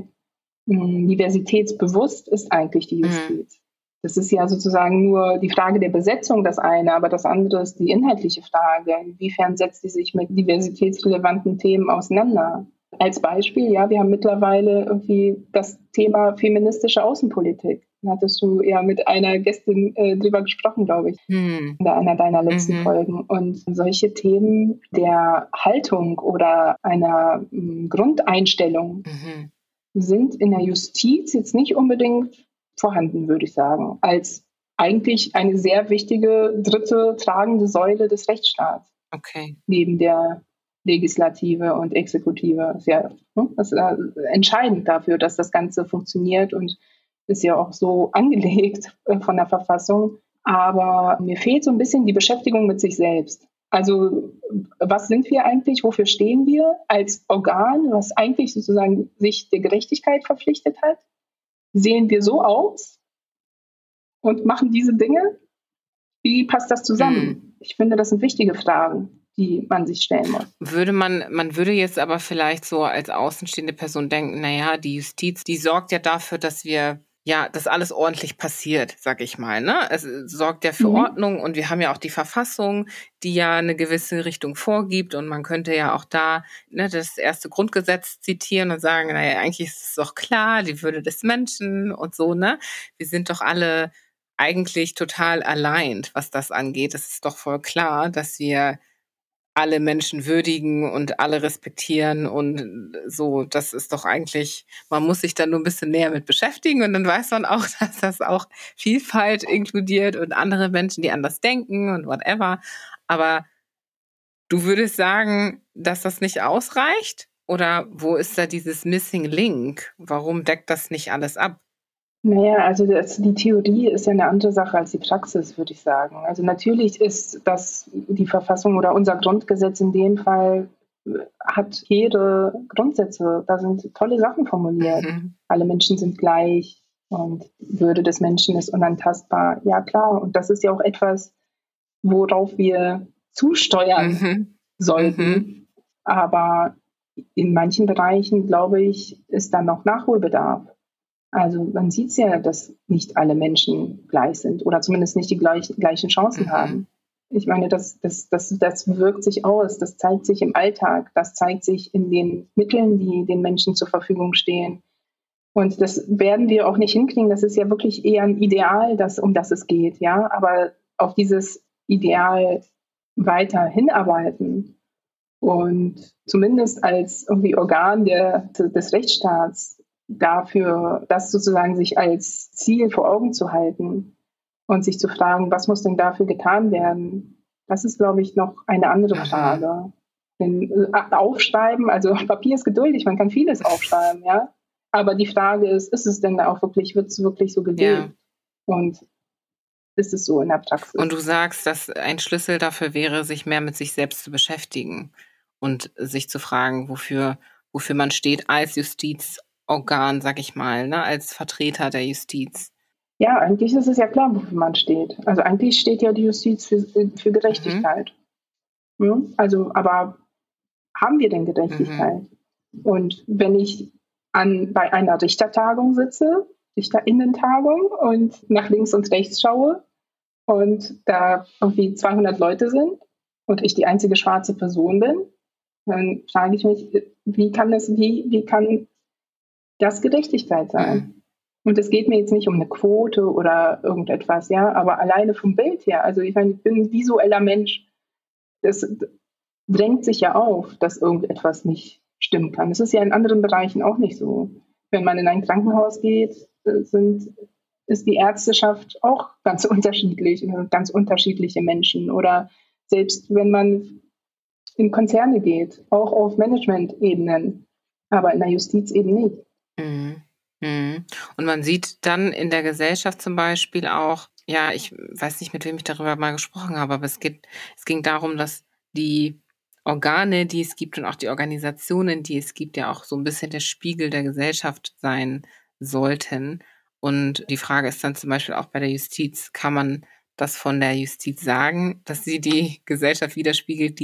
diversitätsbewusst ist eigentlich die Justiz? Das ist ja sozusagen nur die Frage der Besetzung, das eine, aber das andere ist die inhaltliche Frage. Inwiefern setzt sie sich mit diversitätsrelevanten Themen auseinander? Als Beispiel, ja, wir haben mittlerweile irgendwie das Thema feministische Außenpolitik. Da hattest du ja mit einer Gästin drüber gesprochen, glaube ich, in einer deiner letzten Folgen. Und solche Themen der Haltung oder einer Grundeinstellung sind in der Justiz jetzt nicht unbedingt vorhanden, würde ich sagen, als eigentlich eine sehr wichtige dritte tragende Säule des Rechtsstaats. Neben der Legislative und Exekutive. Das ist entscheidend dafür, dass das Ganze funktioniert und ist ja auch so angelegt von der Verfassung. Aber mir fehlt so ein bisschen die Beschäftigung mit sich selbst. Also was sind wir eigentlich? Wofür stehen wir als Organ, was eigentlich sozusagen sich der Gerechtigkeit verpflichtet hat? Sehen wir so aus und machen diese Dinge? Wie passt das zusammen? Ich finde, das sind wichtige Fragen, die man sich stellen muss.
Man würde jetzt aber vielleicht so als außenstehende Person denken, naja, die Justiz, die sorgt ja dafür, dass dass alles ordentlich passiert, sag ich mal, ne? Es sorgt ja für Ordnung und wir haben ja auch die Verfassung, die ja eine gewisse Richtung vorgibt und man könnte ja auch da das erste Grundgesetz zitieren und sagen, naja, eigentlich ist es doch klar, die Würde des Menschen und so, ne? Wir sind doch alle eigentlich total aligned, was das angeht. Es ist doch voll klar, dass wir alle Menschen würdigen und alle respektieren und so, das ist doch eigentlich, man muss sich da nur ein bisschen näher mit beschäftigen und dann weiß man auch, dass das auch Vielfalt inkludiert und andere Menschen, die anders denken und whatever. Aber du würdest sagen, dass das nicht ausreicht? Oder wo ist da dieses Missing Link? Warum deckt das nicht alles ab?
Naja, also die Theorie ist ja eine andere Sache als die Praxis, würde ich sagen. Also natürlich ist das die Verfassung oder unser Grundgesetz in dem Fall hat hehre Grundsätze. Da sind tolle Sachen formuliert. Alle Menschen sind gleich und Würde des Menschen ist unantastbar. Ja, klar. Und das ist ja auch etwas, worauf wir zusteuern sollten. Aber in manchen Bereichen, glaube ich, ist da noch Nachholbedarf. Also man sieht es ja, dass nicht alle Menschen gleich sind oder zumindest nicht die gleichen Chancen haben. Ich meine, das wirkt sich aus, das zeigt sich im Alltag, das zeigt sich in den Mitteln, die den Menschen zur Verfügung stehen. Und das werden wir auch nicht hinkriegen. Das ist ja wirklich eher ein Ideal, um das es geht, ja. Aber auf dieses Ideal weiter hinarbeiten und zumindest als irgendwie Organ des Rechtsstaats dafür, das sozusagen sich als Ziel vor Augen zu halten und sich zu fragen, was muss denn dafür getan werden? Das ist, glaube ich, noch eine andere Frage. Denn aufschreiben, also Papier ist geduldig, man kann vieles aufschreiben, ja. Aber die Frage ist es denn auch wirklich, wird es wirklich so gelebt? Ja. Und ist es so in der Praxis?
Und du sagst, dass ein Schlüssel dafür wäre, sich mehr mit sich selbst zu beschäftigen und sich zu fragen, wofür man steht als Justizorgan, sag ich mal, ne, als Vertreter der Justiz.
Ja, eigentlich ist es ja klar, wofür man steht. Also eigentlich steht ja die Justiz für Gerechtigkeit. Also, aber haben wir denn Gerechtigkeit? Und wenn ich bei einer Richtertagung sitze, Richterinnentagung, und nach links und rechts schaue und da irgendwie 200 Leute sind und ich die einzige schwarze Person bin, dann frage ich mich, wie kann das Gerechtigkeit sein? Und es geht mir jetzt nicht um eine Quote oder irgendetwas, ja, aber alleine vom Bild her. Also ich meine, ich bin ein visueller Mensch. Das drängt sich ja auf, dass irgendetwas nicht stimmen kann. Das ist ja in anderen Bereichen auch nicht so. Wenn man in ein Krankenhaus geht, ist die Ärzteschaft auch ganz unterschiedlich, ganz unterschiedliche Menschen. Oder selbst wenn man in Konzerne geht, auch auf Management-Ebenen, aber in der Justiz eben nicht.
Und man sieht dann in der Gesellschaft zum Beispiel auch, ja, ich weiß nicht, mit wem ich darüber mal gesprochen habe, aber es ging darum, dass die Organe, die es gibt und auch die Organisationen, die es gibt, ja auch so ein bisschen der Spiegel der Gesellschaft sein sollten. Und die Frage ist dann zum Beispiel auch bei der Justiz, kann man das von der Justiz sagen, dass sie die Gesellschaft widerspiegelt,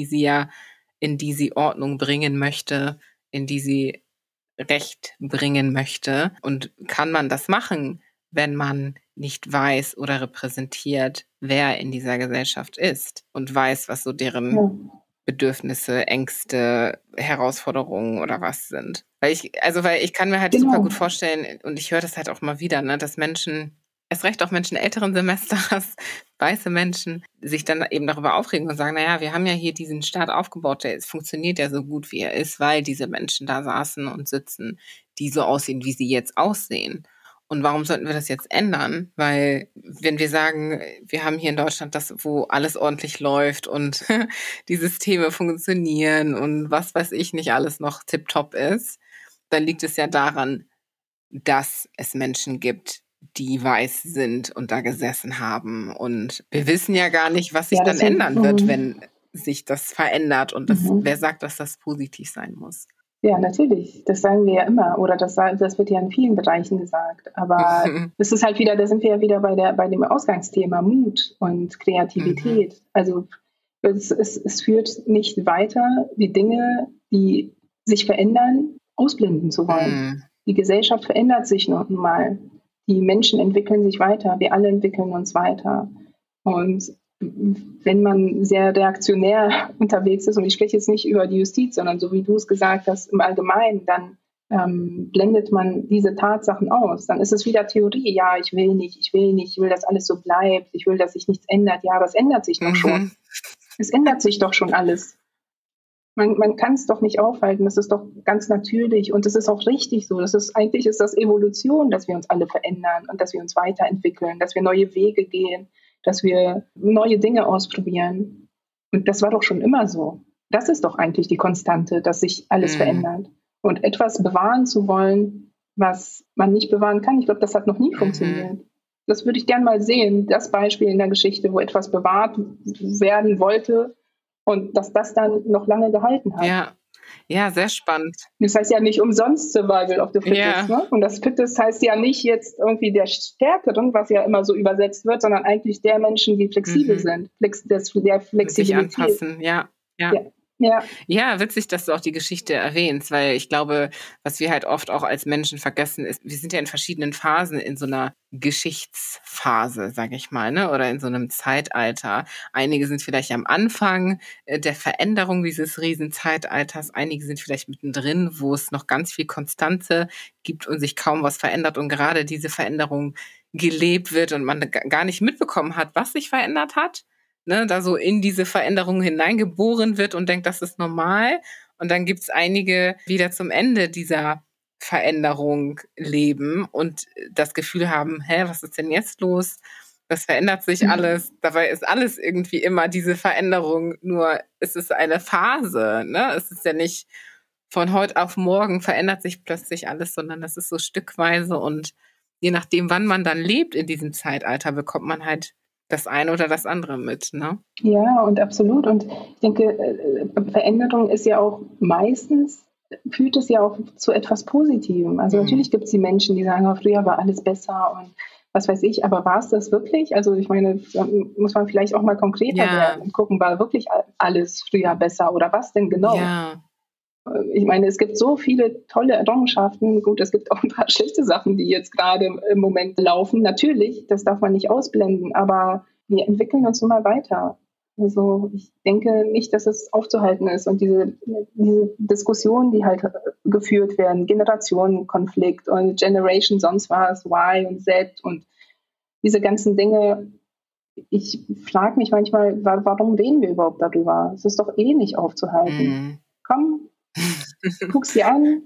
in die sie Ordnung bringen möchte, in die sie Recht bringen möchte? Und kann man das machen, wenn man nicht weiß oder repräsentiert, wer in dieser Gesellschaft ist und weiß, was so deren Bedürfnisse, Ängste, Herausforderungen oder was sind? Weil ich kann mir halt super gut vorstellen, und ich höre das halt auch mal wieder, ne, dass Menschen, erst recht auch Menschen älteren Semesters, weiße Menschen, sich dann eben darüber aufregen und sagen, naja, wir haben ja hier diesen Staat aufgebaut, es funktioniert ja so gut, wie er ist, weil diese Menschen da saßen und sitzen, die so aussehen, wie sie jetzt aussehen. Und warum sollten wir das jetzt ändern? Weil wenn wir sagen, wir haben hier in Deutschland das, wo alles ordentlich läuft und die Systeme funktionieren und was weiß ich nicht alles noch tipptopp ist, dann liegt es ja daran, dass es Menschen gibt, die weiß sind und da gesessen haben. Und wir wissen ja gar nicht, was sich dann ändern wird, wenn sich das verändert. Und wer sagt, dass das positiv sein muss?
Ja, natürlich. Das sagen wir ja immer. Oder das wird ja in vielen Bereichen gesagt. Aber das ist halt wieder, da sind wir ja wieder bei dem Ausgangsthema Mut und Kreativität. Also es führt nicht weiter, die Dinge, die sich verändern, ausblenden zu wollen. Die Gesellschaft verändert sich nun mal. Die Menschen entwickeln sich weiter. Wir alle entwickeln uns weiter. Und wenn man sehr reaktionär unterwegs ist, und ich spreche jetzt nicht über die Justiz, sondern so wie du es gesagt hast, im Allgemeinen, dann blendet man diese Tatsachen aus. Dann ist es wieder Theorie. Ja, ich will nicht, ich will, dass alles so bleibt, ich will, dass sich nichts ändert. Ja, aber es ändert sich doch schon. Es ändert sich doch schon alles. Man kann es doch nicht aufhalten, das ist doch ganz natürlich und das ist auch richtig so. Eigentlich ist das Evolution, dass wir uns alle verändern und dass wir uns weiterentwickeln, dass wir neue Wege gehen, dass wir neue Dinge ausprobieren. Und das war doch schon immer so. das ist doch eigentlich die Konstante, dass sich alles verändert. Und etwas bewahren zu wollen, was man nicht bewahren kann, ich glaube, das hat noch nie funktioniert. Das würde ich gern mal sehen, das Beispiel in der Geschichte, wo etwas bewahrt werden wollte und dass das dann noch lange gehalten hat.
Ja, sehr spannend.
Das heißt ja nicht umsonst Survival of the Fittest. Ne? Und das Fittest heißt ja nicht jetzt irgendwie der Stärkeren, was ja immer so übersetzt wird, sondern eigentlich der Menschen, die flexibel sind. Der Flexibilität.
Sich anpassen, ja. Ja, witzig, dass du auch die Geschichte erwähnst, weil ich glaube, was wir halt oft auch als Menschen vergessen ist, wir sind ja in verschiedenen Phasen in so einer Geschichtsphase, sage ich mal, ne, oder in so einem Zeitalter. Einige sind vielleicht am Anfang der Veränderung dieses Riesenzeitalters, einige sind vielleicht mittendrin, wo es noch ganz viel Konstante gibt und sich kaum was verändert und gerade diese Veränderung gelebt wird und man gar nicht mitbekommen hat, was sich verändert hat. Ne, da so in diese Veränderung hineingeboren wird und denkt, das ist normal. Und dann gibt's einige, die wieder zum Ende dieser Veränderung leben und das Gefühl haben, was ist denn jetzt los? Das verändert sich alles. Dabei ist alles irgendwie immer diese Veränderung, nur es ist eine Phase. Ne? Es ist ja nicht von heute auf morgen verändert sich plötzlich alles, sondern das ist so stückweise und je nachdem, wann man dann lebt in diesem Zeitalter, bekommt man halt das eine oder das andere mit, ne?
Ja, und absolut. Und ich denke, Veränderung ist ja auch meistens, führt es ja auch zu etwas Positivem. Also natürlich gibt es die Menschen, die sagen, früher war alles besser und was weiß ich, aber war es das wirklich? Also ich meine, muss man vielleicht auch mal konkreter werden und gucken, war wirklich alles früher besser oder was denn genau?
Ja.
Ich meine, es gibt so viele tolle Errungenschaften. Gut, es gibt auch ein paar schlechte Sachen, die jetzt gerade im Moment laufen. Natürlich, das darf man nicht ausblenden, aber wir entwickeln uns immer weiter. Also ich denke nicht, dass es aufzuhalten ist. Und diese Diskussionen, die halt geführt werden, Generationenkonflikt und Generation sonst was, Y und Z und diese ganzen Dinge, ich frage mich manchmal, warum reden wir überhaupt darüber? Es ist doch eh nicht aufzuhalten. Komm, guck's dir an,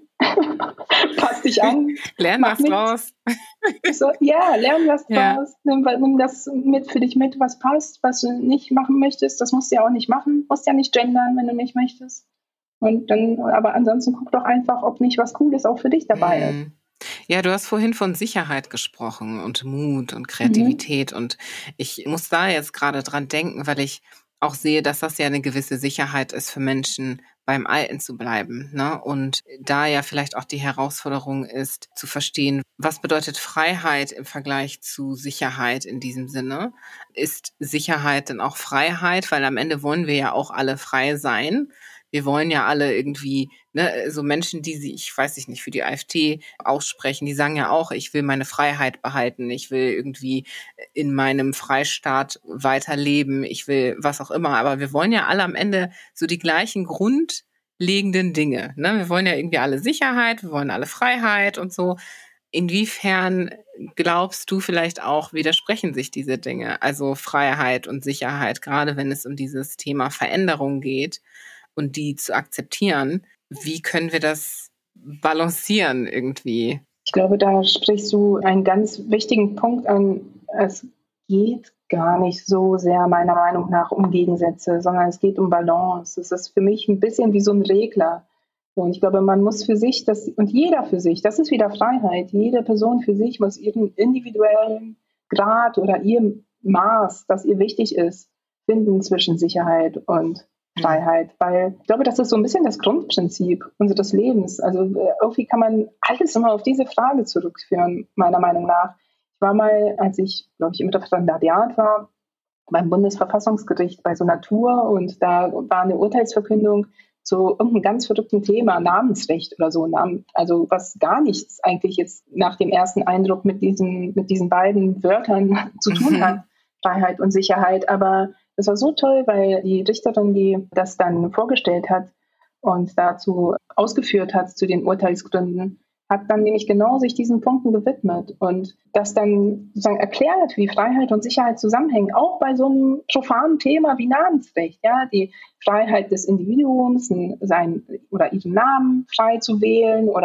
pass dich an.
Lern was draus.
So, lern was draus. Nimm das mit für dich mit, was passt, was du nicht machen möchtest. Das musst du ja auch nicht machen. Musst ja nicht gendern, wenn du nicht möchtest. Und dann, aber ansonsten guck doch einfach, ob nicht was Cooles auch für dich dabei ist.
Ja, du hast vorhin von Sicherheit gesprochen und Mut und Kreativität und ich muss da jetzt gerade dran denken, weil ich auch sehe, dass das ja eine gewisse Sicherheit ist für Menschen, beim Alten zu bleiben, ne? Und da ja vielleicht auch die Herausforderung ist, zu verstehen, was bedeutet Freiheit im Vergleich zu Sicherheit in diesem Sinne? Ist Sicherheit denn auch Freiheit? Weil am Ende wollen wir ja auch alle frei sein. Wir wollen ja alle irgendwie, ne, so Menschen, die sich, ich weiß nicht, für die AfD aussprechen, die sagen ja auch, ich will meine Freiheit behalten, ich will irgendwie in meinem Freistaat weiterleben, ich will was auch immer. Aber wir wollen ja alle am Ende so die gleichen grundlegenden Dinge. Ne? Wir wollen ja irgendwie alle Sicherheit, wir wollen alle Freiheit und so. Inwiefern glaubst du vielleicht auch, widersprechen sich diese Dinge? Also Freiheit und Sicherheit, gerade wenn es um dieses Thema Veränderung geht. Und die zu akzeptieren, wie können wir das balancieren irgendwie?
Ich glaube, da sprichst du einen ganz wichtigen Punkt an. Es geht gar nicht so sehr meiner Meinung nach um Gegensätze, sondern es geht um Balance. Es ist für mich ein bisschen wie so ein Regler. Und ich glaube, man muss für sich, und jeder für sich, das ist wieder Freiheit, jede Person für sich muss ihren individuellen Grad oder ihr Maß, das ihr wichtig ist, finden zwischen Sicherheit und Freiheit, weil ich glaube, das ist so ein bisschen das Grundprinzip unseres Lebens. Also irgendwie kann man alles immer auf diese Frage zurückführen, meiner Meinung nach. Ich war mal, als ich, glaube ich, im Referendariat war, beim Bundesverfassungsgericht bei so einer Tour und da war eine Urteilsverkündung zu irgendeinem ganz verrückten Thema, Namensrecht oder so, also was gar nichts eigentlich jetzt nach dem ersten Eindruck mit diesen beiden Wörtern zu tun hat, Freiheit und Sicherheit, aber es war so toll, weil die Richterin, die das dann vorgestellt hat und dazu ausgeführt hat zu den Urteilsgründen, hat dann nämlich genau sich diesen Punkten gewidmet und das dann sozusagen erklärt, wie Freiheit und Sicherheit zusammenhängen, auch bei so einem profanen Thema wie Namensrecht, ja, die Freiheit des Individuums, seinen oder ihren Namen frei zu wählen oder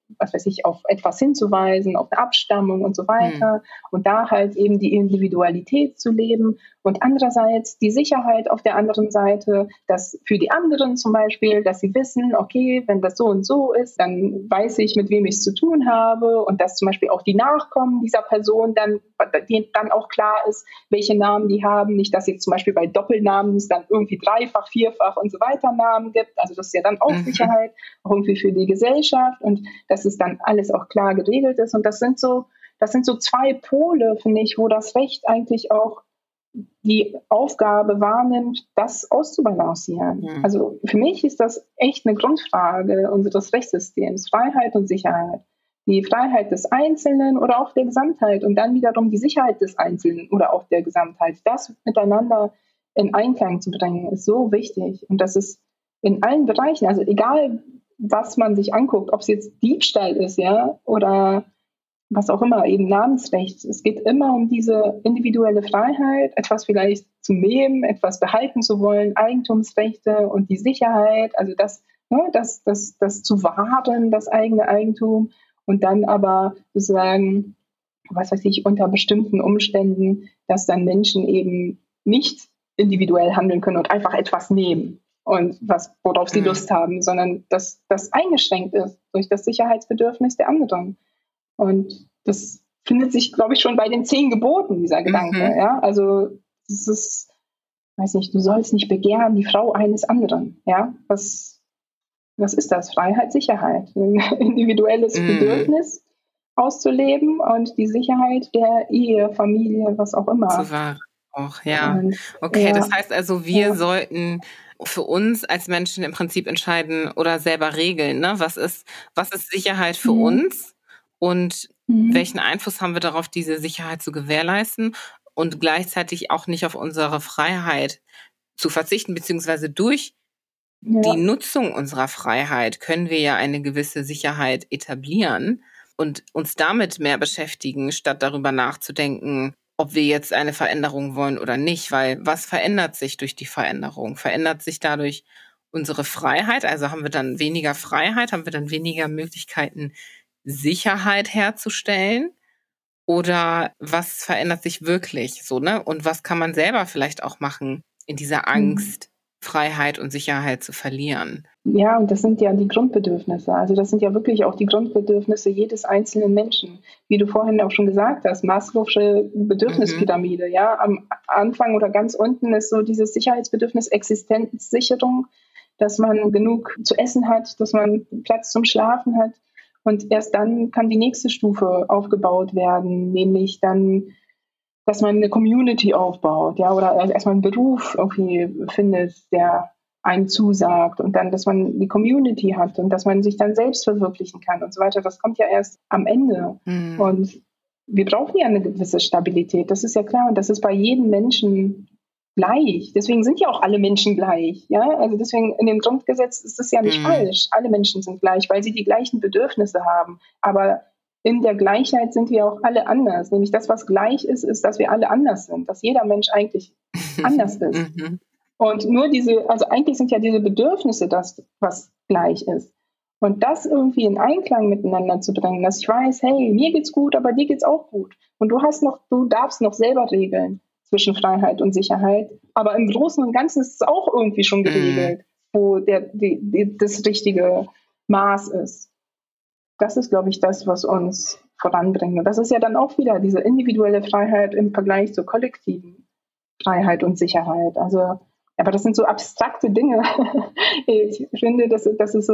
was weiß ich, auf etwas hinzuweisen, auf eine Abstammung und so weiter. Und da halt eben die Individualität zu leben. Und andererseits die Sicherheit auf der anderen Seite, dass für die anderen zum Beispiel, dass sie wissen, okay, wenn das so und so ist, dann weiß ich, mit wem ich es zu tun habe. Und dass zum Beispiel auch die Nachkommen dieser Person dann auch klar ist, welche Namen die haben. Nicht, dass jetzt zum Beispiel bei Doppelnamen es dann irgendwie dreifach, vierfach und so weiter Namen gibt. Also das ist ja dann auch Sicherheit, auch irgendwie für die Gesellschaft. Und dass es dann alles auch klar geregelt ist. Und das sind so zwei Pole, finde ich, wo das Recht eigentlich auch die Aufgabe wahrnimmt, das auszubalancieren. Mhm. Also für mich ist das echt eine Grundfrage unseres Rechtssystems, Freiheit und Sicherheit. Die Freiheit des Einzelnen oder auch der Gesamtheit und dann wiederum die Sicherheit des Einzelnen oder auch der Gesamtheit. Das miteinander in Einklang zu bringen, ist so wichtig. Und das ist in allen Bereichen, also egal, was man sich anguckt, ob es jetzt Diebstahl ist, ja, oder was auch immer, eben Namensrecht. Es geht immer um diese individuelle Freiheit, etwas vielleicht zu nehmen, etwas behalten zu wollen, Eigentumsrechte und die Sicherheit, also das zu wahren, das eigene Eigentum und dann aber sozusagen, was weiß ich, unter bestimmten Umständen, dass dann Menschen eben nicht individuell handeln können und einfach etwas nehmen. Und worauf sie Lust haben, sondern dass das eingeschränkt ist durch das Sicherheitsbedürfnis der anderen. Und das findet sich, glaube ich, schon bei den 10 Geboten, dieser Gedanke. Ja? Also das ist, weiß nicht, du sollst nicht begehren die Frau eines anderen. Ja? Was ist das? Freiheit, Sicherheit. Ein individuelles Bedürfnis auszuleben und die Sicherheit der Ehe, Familie, was auch immer.
So war auch, ja. Und, okay, das heißt also, wir sollten für uns als Menschen im Prinzip entscheiden oder selber regeln, ne? Was ist Sicherheit für uns und welchen Einfluss haben wir darauf, diese Sicherheit zu gewährleisten und gleichzeitig auch nicht auf unsere Freiheit zu verzichten, beziehungsweise durch die Nutzung unserer Freiheit können wir ja eine gewisse Sicherheit etablieren und uns damit mehr beschäftigen, statt darüber nachzudenken, ob wir jetzt eine Veränderung wollen oder nicht, weil was verändert sich durch die Veränderung? Verändert sich dadurch unsere Freiheit? Also haben wir dann weniger Freiheit? Haben wir dann weniger Möglichkeiten, Sicherheit herzustellen? Oder was verändert sich wirklich so, ne? Und was kann man selber vielleicht auch machen in dieser Angst, Freiheit und Sicherheit zu verlieren?
Ja, und das sind ja die Grundbedürfnisse. Also das sind ja wirklich auch die Grundbedürfnisse jedes einzelnen Menschen. Wie du vorhin auch schon gesagt hast, Maslow'sche Bedürfnispyramide. Ja, am Anfang oder ganz unten ist so dieses Sicherheitsbedürfnis Existenzsicherung, dass man genug zu essen hat, dass man Platz zum Schlafen hat. Und erst dann kann die nächste Stufe aufgebaut werden, nämlich dann, dass man eine Community aufbaut, ja, oder erstmal einen Beruf irgendwie findet, der einem zusagt und dann, dass man die Community hat und dass man sich dann selbst verwirklichen kann und so weiter. Das kommt ja erst am Ende. Und wir brauchen ja eine gewisse Stabilität, das ist ja klar. Und das ist bei jedem Menschen gleich. Deswegen sind ja auch alle Menschen gleich. Ja? Also deswegen in dem Grundgesetz ist es ja nicht falsch. Alle Menschen sind gleich, weil sie die gleichen Bedürfnisse haben. Aber in der Gleichheit sind wir auch alle anders. Nämlich das, was gleich ist, ist, dass wir alle anders sind. Dass jeder Mensch eigentlich anders ist. Und nur also eigentlich sind ja diese Bedürfnisse das, was gleich ist. Und das irgendwie in Einklang miteinander zu bringen, dass ich weiß, hey, mir geht's gut, aber dir geht's auch gut. Und du darfst noch selber regeln zwischen Freiheit und Sicherheit. Aber im Großen und Ganzen ist es auch irgendwie schon geregelt, wo das richtige Maß ist. Das ist, glaube ich, das, was uns voranbringt. Und das ist ja dann auch wieder diese individuelle Freiheit im Vergleich zur kollektiven Freiheit und Sicherheit. Also, aber das sind so abstrakte Dinge. Ich finde, das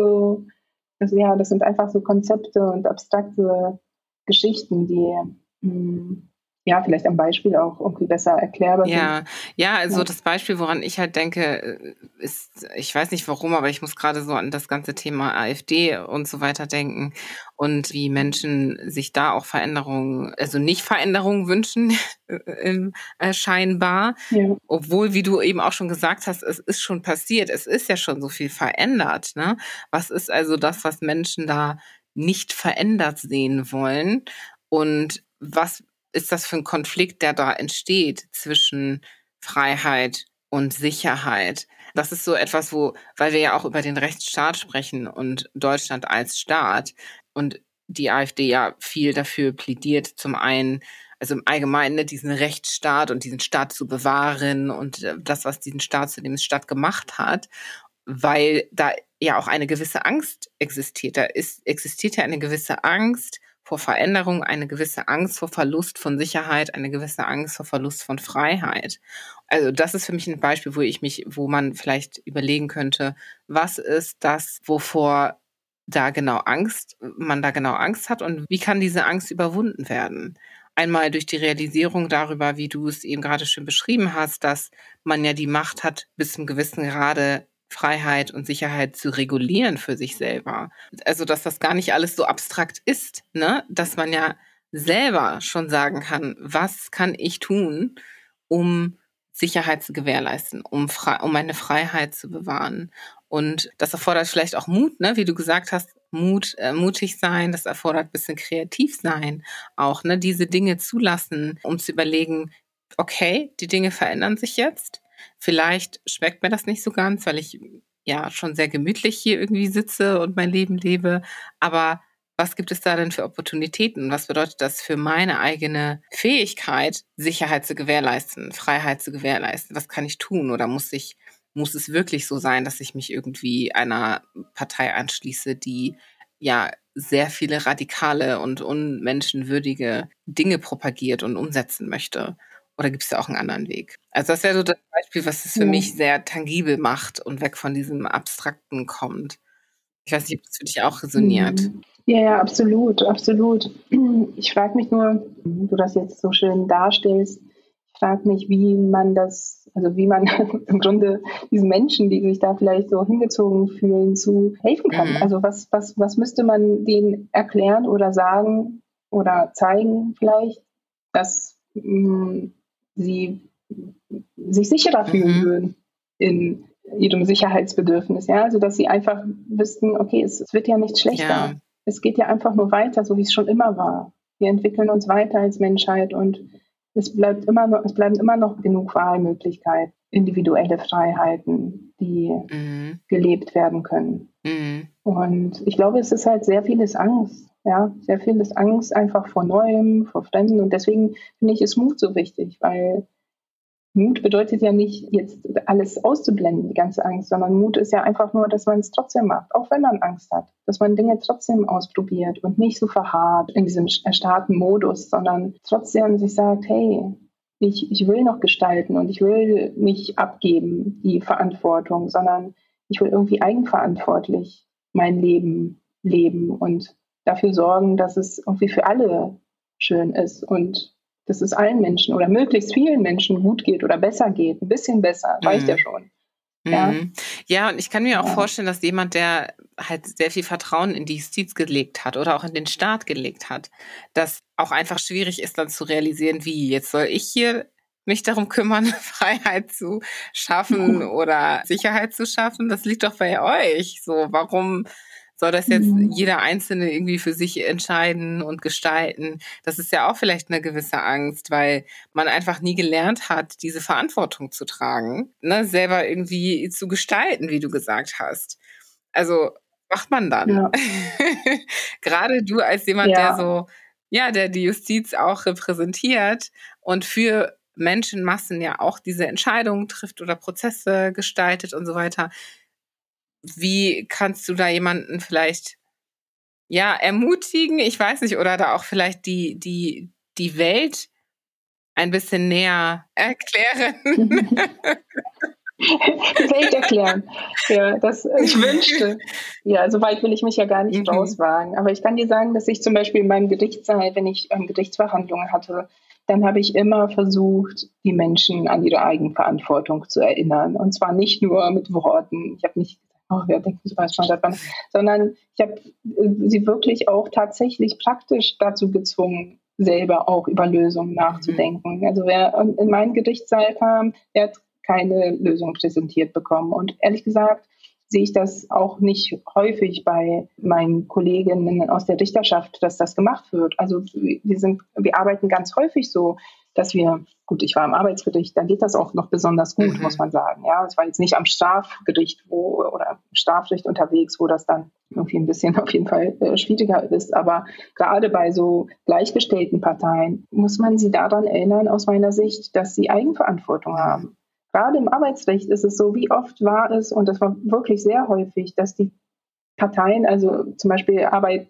sind einfach so Konzepte und abstrakte Geschichten, die vielleicht am Beispiel auch irgendwie besser erklärbar sind.
Ja, also das Beispiel, woran ich halt denke, ist, ich weiß nicht warum, aber ich muss gerade so an das ganze Thema AfD und so weiter denken und wie Menschen sich da auch Veränderungen, also nicht Veränderungen wünschen, scheinbar, obwohl, wie du eben auch schon gesagt hast, es ist schon passiert, es ist ja schon so viel verändert, ne? Was ist also das, was Menschen da nicht verändert sehen wollen und was ist das für ein Konflikt, der da entsteht zwischen Freiheit und Sicherheit? Das ist so etwas, weil wir ja auch über den Rechtsstaat sprechen und Deutschland als Staat, und die AfD ja viel dafür plädiert, zum einen, also im Allgemeinen, diesen Rechtsstaat und diesen Staat zu bewahren und das, was diesen Staat zu dem Staat gemacht hat, weil da ja auch eine gewisse Angst existiert. Existiert ja eine gewisse Angst vor Veränderung, eine gewisse Angst vor Verlust von Sicherheit, eine gewisse Angst vor Verlust von Freiheit. Also das ist für mich ein Beispiel, wo man vielleicht überlegen könnte, was ist das, wovor man da genau Angst hat und wie kann diese Angst überwunden werden? Einmal durch die Realisierung darüber, wie du es eben gerade schön beschrieben hast, dass man ja die Macht hat, bis zum gewissen Grade Freiheit und Sicherheit zu regulieren für sich selber. Also, dass das gar nicht alles so abstrakt ist, ne? Dass man ja selber schon sagen kann, was kann ich tun, um Sicherheit zu gewährleisten, um meine Freiheit zu bewahren. Und das erfordert vielleicht auch Mut, ne? Wie du gesagt hast, mutig sein, das erfordert ein bisschen kreativ sein, auch, ne? Diese Dinge zulassen, um zu überlegen, okay, die Dinge verändern sich jetzt. Vielleicht schmeckt mir das nicht so ganz, weil ich ja schon sehr gemütlich hier irgendwie sitze und mein Leben lebe. Aber was gibt es da denn für Opportunitäten? Was bedeutet das für meine eigene Fähigkeit, Sicherheit zu gewährleisten, Freiheit zu gewährleisten? Was kann ich tun? Oder muss es wirklich so sein, dass ich mich irgendwie einer Partei anschließe, die ja sehr viele radikale und unmenschenwürdige Dinge propagiert und umsetzen möchte? Oder gibt es da auch einen anderen Weg? Also das wäre so das Beispiel, was es für mich sehr tangibel macht und weg von diesem Abstrakten kommt. Ich weiß nicht, ob das für dich auch resoniert.
Ja, absolut, absolut. Ich frage mich nur, wie du das jetzt so schön darstellst, ich frage mich, wie man im Grunde diesen Menschen, die sich da vielleicht so hingezogen fühlen, zu helfen kann. Also was müsste man denen erklären oder sagen oder zeigen vielleicht, dass sie sich sicherer fühlen würden in ihrem Sicherheitsbedürfnis, ja, also dass sie einfach wüssten, okay, es wird ja nicht schlechter. Ja. Es geht ja einfach nur weiter, so wie es schon immer war. Wir entwickeln uns weiter als Menschheit und es bleiben immer noch genug Wahlmöglichkeiten, individuelle Freiheiten, die gelebt werden können. Und ich glaube, es ist halt sehr vieles Angst. Ja, sehr vieles Angst einfach vor Neuem, vor Fremden. Und deswegen finde ich, ist Mut so wichtig, weil Mut bedeutet ja nicht, jetzt alles auszublenden, die ganze Angst, sondern Mut ist ja einfach nur, dass man es trotzdem macht, auch wenn man Angst hat, dass man Dinge trotzdem ausprobiert und nicht so verharrt in diesem erstarrten Modus, sondern trotzdem sich sagt, hey, ich will noch gestalten und ich will nicht abgeben, die Verantwortung, sondern ich will irgendwie eigenverantwortlich mein Leben leben und dafür sorgen, dass es irgendwie für alle schön ist und dass es allen Menschen oder möglichst vielen Menschen gut geht oder besser geht. Ein bisschen besser, reicht ja schon.
Ja, und ich kann mir auch vorstellen, dass jemand, der halt sehr viel Vertrauen in die Justiz gelegt hat oder auch in den Staat gelegt hat, dass auch einfach schwierig ist, dann zu realisieren, wie jetzt soll ich hier mich darum kümmern, Freiheit zu schaffen oder Sicherheit zu schaffen. Das liegt doch bei euch. So, warum soll das jetzt jeder Einzelne irgendwie für sich entscheiden und gestalten? Das ist ja auch vielleicht eine gewisse Angst, weil man einfach nie gelernt hat, diese Verantwortung zu tragen, ne, selber irgendwie zu gestalten, wie du gesagt hast. Also macht man dann. Ja. Gerade du als jemand, der die Justiz auch repräsentiert und für Menschenmassen ja auch diese Entscheidungen trifft oder Prozesse gestaltet und so weiter. Wie kannst du da jemanden vielleicht ermutigen, ich weiß nicht, oder da auch vielleicht die Welt ein bisschen näher erklären?
Die Welt erklären. Ja, das ich wünschte. Ja, so weit will ich mich ja gar nicht rauswagen. Aber ich kann dir sagen, dass ich zum Beispiel in meinem Gerichtssaal, wenn ich Gerichtsverhandlungen hatte, dann habe ich immer versucht, die Menschen an ihre Eigenverantwortung zu erinnern. Und zwar nicht nur mit Worten. Ich habe nicht wer denkt was schon davon, sondern ich habe sie wirklich auch tatsächlich praktisch dazu gezwungen, selber auch über Lösungen nachzudenken. Also wer in meinen Gerichtssaal kam, der hat keine Lösung präsentiert bekommen. Und ehrlich gesagt, sehe ich das auch nicht häufig bei meinen Kolleginnen aus der Richterschaft, dass das gemacht wird. Also wir arbeiten ganz häufig so, dass wir, gut, ich war am Arbeitsgericht, da geht das auch noch besonders gut, muss man sagen. Ja, es war jetzt nicht am Strafgericht oder Strafrecht unterwegs, wo das dann irgendwie ein bisschen auf jeden Fall schwieriger ist. Aber gerade bei so gleichgestellten Parteien muss man sie daran erinnern, aus meiner Sicht, dass sie Eigenverantwortung haben. Gerade im Arbeitsrecht ist es so, wie oft war es, und das war wirklich sehr häufig, dass die Parteien, also zum Beispiel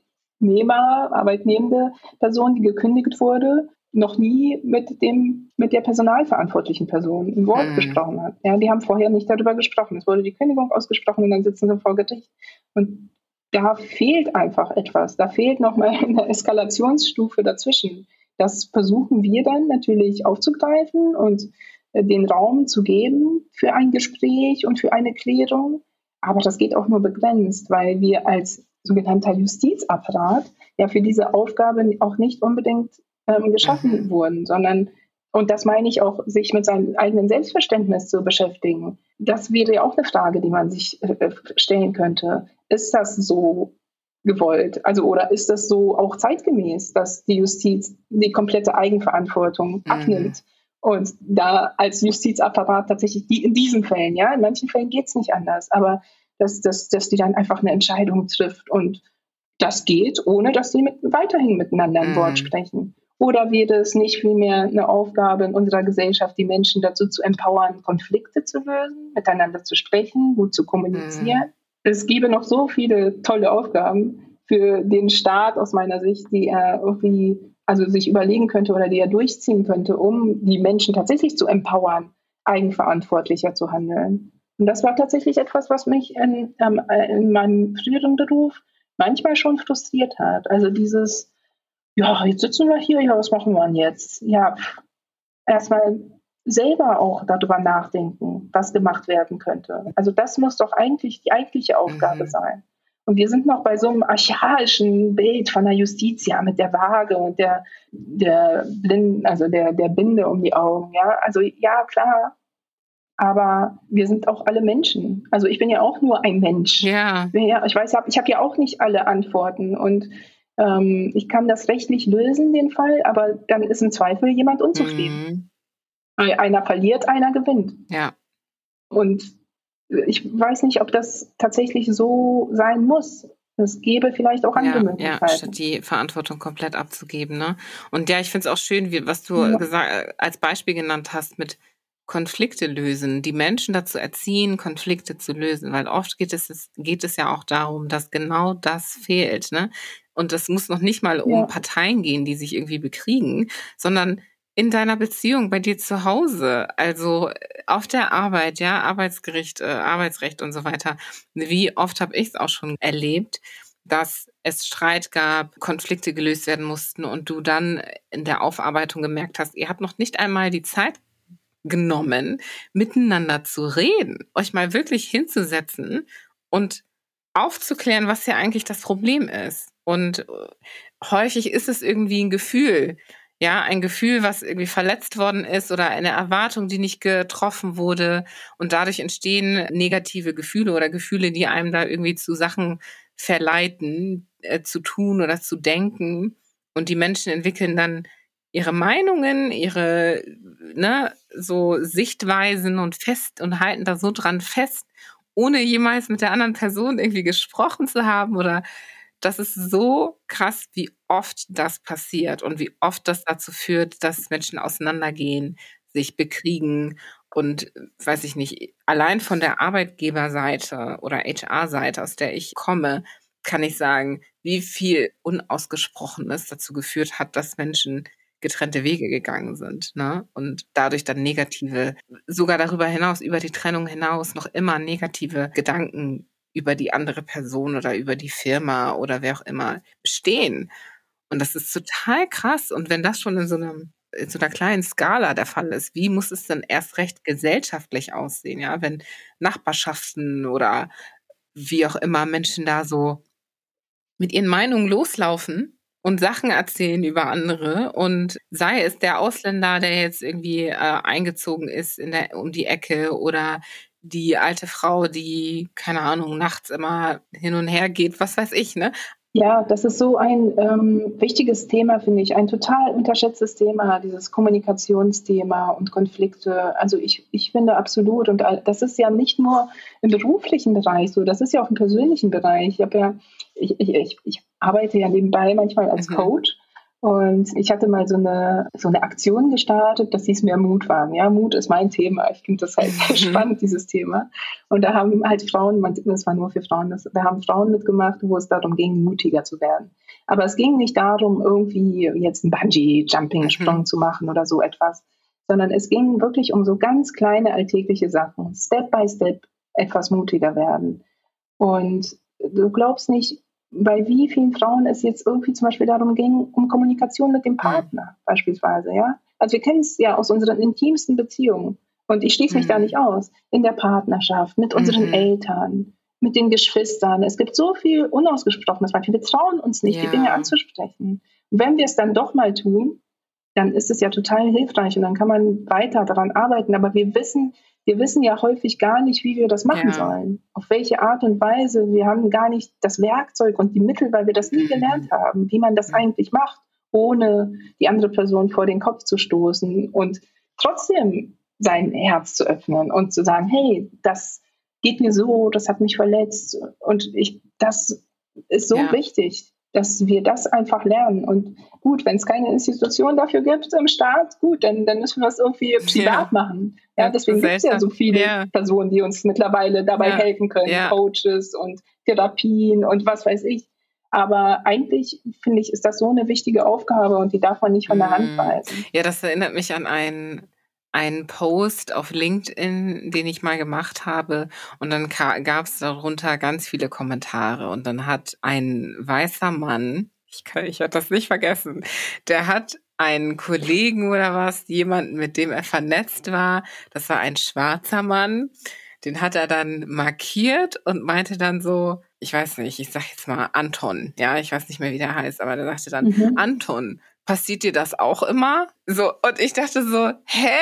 arbeitnehmende Person, die gekündigt wurde, noch nie mit der personalverantwortlichen Person ein Wort gesprochen hat. Ja, die haben vorher nicht darüber gesprochen. Es wurde die Kündigung ausgesprochen und dann sitzen sie vor Gericht. Und da fehlt einfach etwas. Da fehlt nochmal eine Eskalationsstufe dazwischen. Das versuchen wir dann natürlich aufzugreifen und den Raum zu geben für ein Gespräch und für eine Klärung. Aber das geht auch nur begrenzt, weil wir als sogenannter Justizapparat ja für diese Aufgabe auch nicht unbedingt geschaffen wurden, sondern, und das meine ich auch, sich mit seinem eigenen Selbstverständnis zu beschäftigen. Das wäre ja auch eine Frage, die man sich stellen könnte. Ist das so gewollt? Also, oder ist das so auch zeitgemäß, dass die Justiz die komplette Eigenverantwortung abnimmt? Und da als Justizapparat tatsächlich in diesen Fällen, ja, in manchen Fällen geht es nicht anders, aber dass die dann einfach eine Entscheidung trifft und das geht, ohne dass sie weiterhin miteinander ein Wort sprechen. Oder wäre es nicht vielmehr eine Aufgabe in unserer Gesellschaft, die Menschen dazu zu empowern, Konflikte zu lösen, miteinander zu sprechen, gut zu kommunizieren? Es gäbe noch so viele tolle Aufgaben für den Staat aus meiner Sicht, die er irgendwie sich überlegen könnte oder die er durchziehen könnte, um die Menschen tatsächlich zu empowern, eigenverantwortlicher zu handeln. Und das war tatsächlich etwas, was mich in meinem früheren Beruf manchmal schon frustriert hat. Also dieses, ja, jetzt sitzen wir hier, ja, was machen wir denn jetzt? Ja, erstmal selber auch darüber nachdenken, was gemacht werden könnte. Also das muss doch eigentlich die eigentliche Aufgabe sein. Und wir sind noch bei so einem archaischen Bild von der Justiz, ja, mit der Waage und der Binde um die Augen. Ja, also ja, klar. Aber wir sind auch alle Menschen. Also ich bin ja auch nur ein Mensch.
Ja.
Ich habe ja auch nicht alle Antworten. Und ich kann das rechtlich lösen, den Fall, aber dann ist im Zweifel jemand unzufrieden. Einer verliert, einer gewinnt.
Ja.
Und ich weiß nicht, ob das tatsächlich so sein muss. Es gäbe vielleicht auch andere Möglichkeiten.
Ja, statt die Verantwortung komplett abzugeben. Ne? Und ja, ich finde es auch schön, was du als Beispiel genannt hast mit Konflikte lösen, die Menschen dazu erziehen, Konflikte zu lösen, weil oft geht es ja auch darum, dass genau das fehlt. Ne? Und das muss noch nicht mal um Parteien gehen, die sich irgendwie bekriegen, sondern in deiner Beziehung, bei dir zu Hause, also auf der Arbeit, ja, Arbeitsgericht, Arbeitsrecht und so weiter. Wie oft habe ich es auch schon erlebt, dass es Streit gab, Konflikte gelöst werden mussten und du dann in der Aufarbeitung gemerkt hast, ihr habt noch nicht einmal die Zeit genommen, miteinander zu reden, euch mal wirklich hinzusetzen und aufzuklären, was ja eigentlich das Problem ist. Und häufig ist es irgendwie ein Gefühl, ja, ein Gefühl, was irgendwie verletzt worden ist oder eine Erwartung, die nicht getroffen wurde. Und dadurch entstehen negative Gefühle oder Gefühle, die einem da irgendwie zu Sachen verleiten, zu tun oder zu denken. Und die Menschen entwickeln dann ihre Meinungen, ihre so Sichtweisen und halten da so dran fest, ohne jemals mit der anderen Person irgendwie gesprochen zu haben oder das ist so krass, wie oft das passiert und wie oft das dazu führt, dass Menschen auseinandergehen, sich bekriegen und, weiß ich nicht, allein von der Arbeitgeberseite oder HR-Seite, aus der ich komme, kann ich sagen, wie viel Unausgesprochenes dazu geführt hat, dass Menschen getrennte Wege gegangen sind, ne? Und dadurch dann negative, sogar darüber hinaus, über die Trennung hinaus, noch immer negative Gedanken über die andere Person oder über die Firma oder wer auch immer bestehen. Und das ist total krass. Und wenn das schon in so einer kleinen Skala der Fall ist, wie muss es denn erst recht gesellschaftlich aussehen, ja? Wenn Nachbarschaften oder wie auch immer Menschen da so mit ihren Meinungen loslaufen und Sachen erzählen über andere und sei es der Ausländer, der jetzt irgendwie eingezogen ist um die Ecke oder die alte Frau, die, keine Ahnung, nachts immer hin und her geht, was weiß ich, ne?
Ja, das ist so ein wichtiges Thema, finde ich, ein total unterschätztes Thema, dieses Kommunikationsthema und Konflikte. Also ich finde absolut, und das ist ja nicht nur im beruflichen Bereich so, das ist ja auch im persönlichen Bereich. Ich arbeite ja nebenbei manchmal als Coach. Und ich hatte mal so eine Aktion gestartet, dass hieß mehr Mut waren. Ja, Mut ist mein Thema. Ich finde das halt sehr spannend, dieses Thema. Und da haben halt Frauen, das war nur für Frauen, da haben Frauen mitgemacht, wo es darum ging, mutiger zu werden. Aber es ging nicht darum, irgendwie jetzt einen Bungee-Jumping-Sprung zu machen oder so etwas, sondern es ging wirklich um so ganz kleine alltägliche Sachen. Step by Step etwas mutiger werden. Und du glaubst nicht, bei wie vielen Frauen es jetzt irgendwie zum Beispiel darum ging, um Kommunikation mit dem Partner beispielsweise, ja. Also wir kennen es ja aus unseren intimsten Beziehungen und ich schließe mich da nicht aus, in der Partnerschaft, mit unseren Eltern, mit den Geschwistern. Es gibt so viel Unausgesprochenes, weil wir trauen uns nicht, die Dinge anzusprechen. Und wenn wir es dann doch mal tun, dann ist es ja total hilfreich und dann kann man weiter daran arbeiten, aber wir wissen ja häufig gar nicht, wie wir das machen sollen. Auf welche Art und Weise. Wir haben gar nicht das Werkzeug und die Mittel, weil wir das nie gelernt haben, wie man das eigentlich macht, ohne die andere Person vor den Kopf zu stoßen und trotzdem sein Herz zu öffnen und zu sagen, hey, das geht mir so, das hat mich verletzt und das ist so wichtig, dass wir das einfach lernen. Und gut, wenn es keine Institution dafür gibt im Staat, gut, dann müssen wir es irgendwie privat machen. Ja, deswegen gibt es ja so viele Personen, die uns mittlerweile dabei helfen können, Coaches und Therapien und was weiß ich. Aber eigentlich, finde ich, ist das so eine wichtige Aufgabe und die darf man nicht von der Hand weisen.
Ja, das erinnert mich an einen Post auf LinkedIn, den ich mal gemacht habe, und dann gab es darunter ganz viele Kommentare und dann hat ein weißer Mann, ich werde das nicht vergessen, der hat einen Kollegen oder was, jemanden, mit dem er vernetzt war, das war ein schwarzer Mann, den hat er dann markiert und meinte dann so, ich weiß nicht, ich sag jetzt mal Anton, ja, ich weiß nicht mehr, wie der heißt, aber der sagte dann, Anton, passiert dir das auch immer? So, und ich dachte so, hä?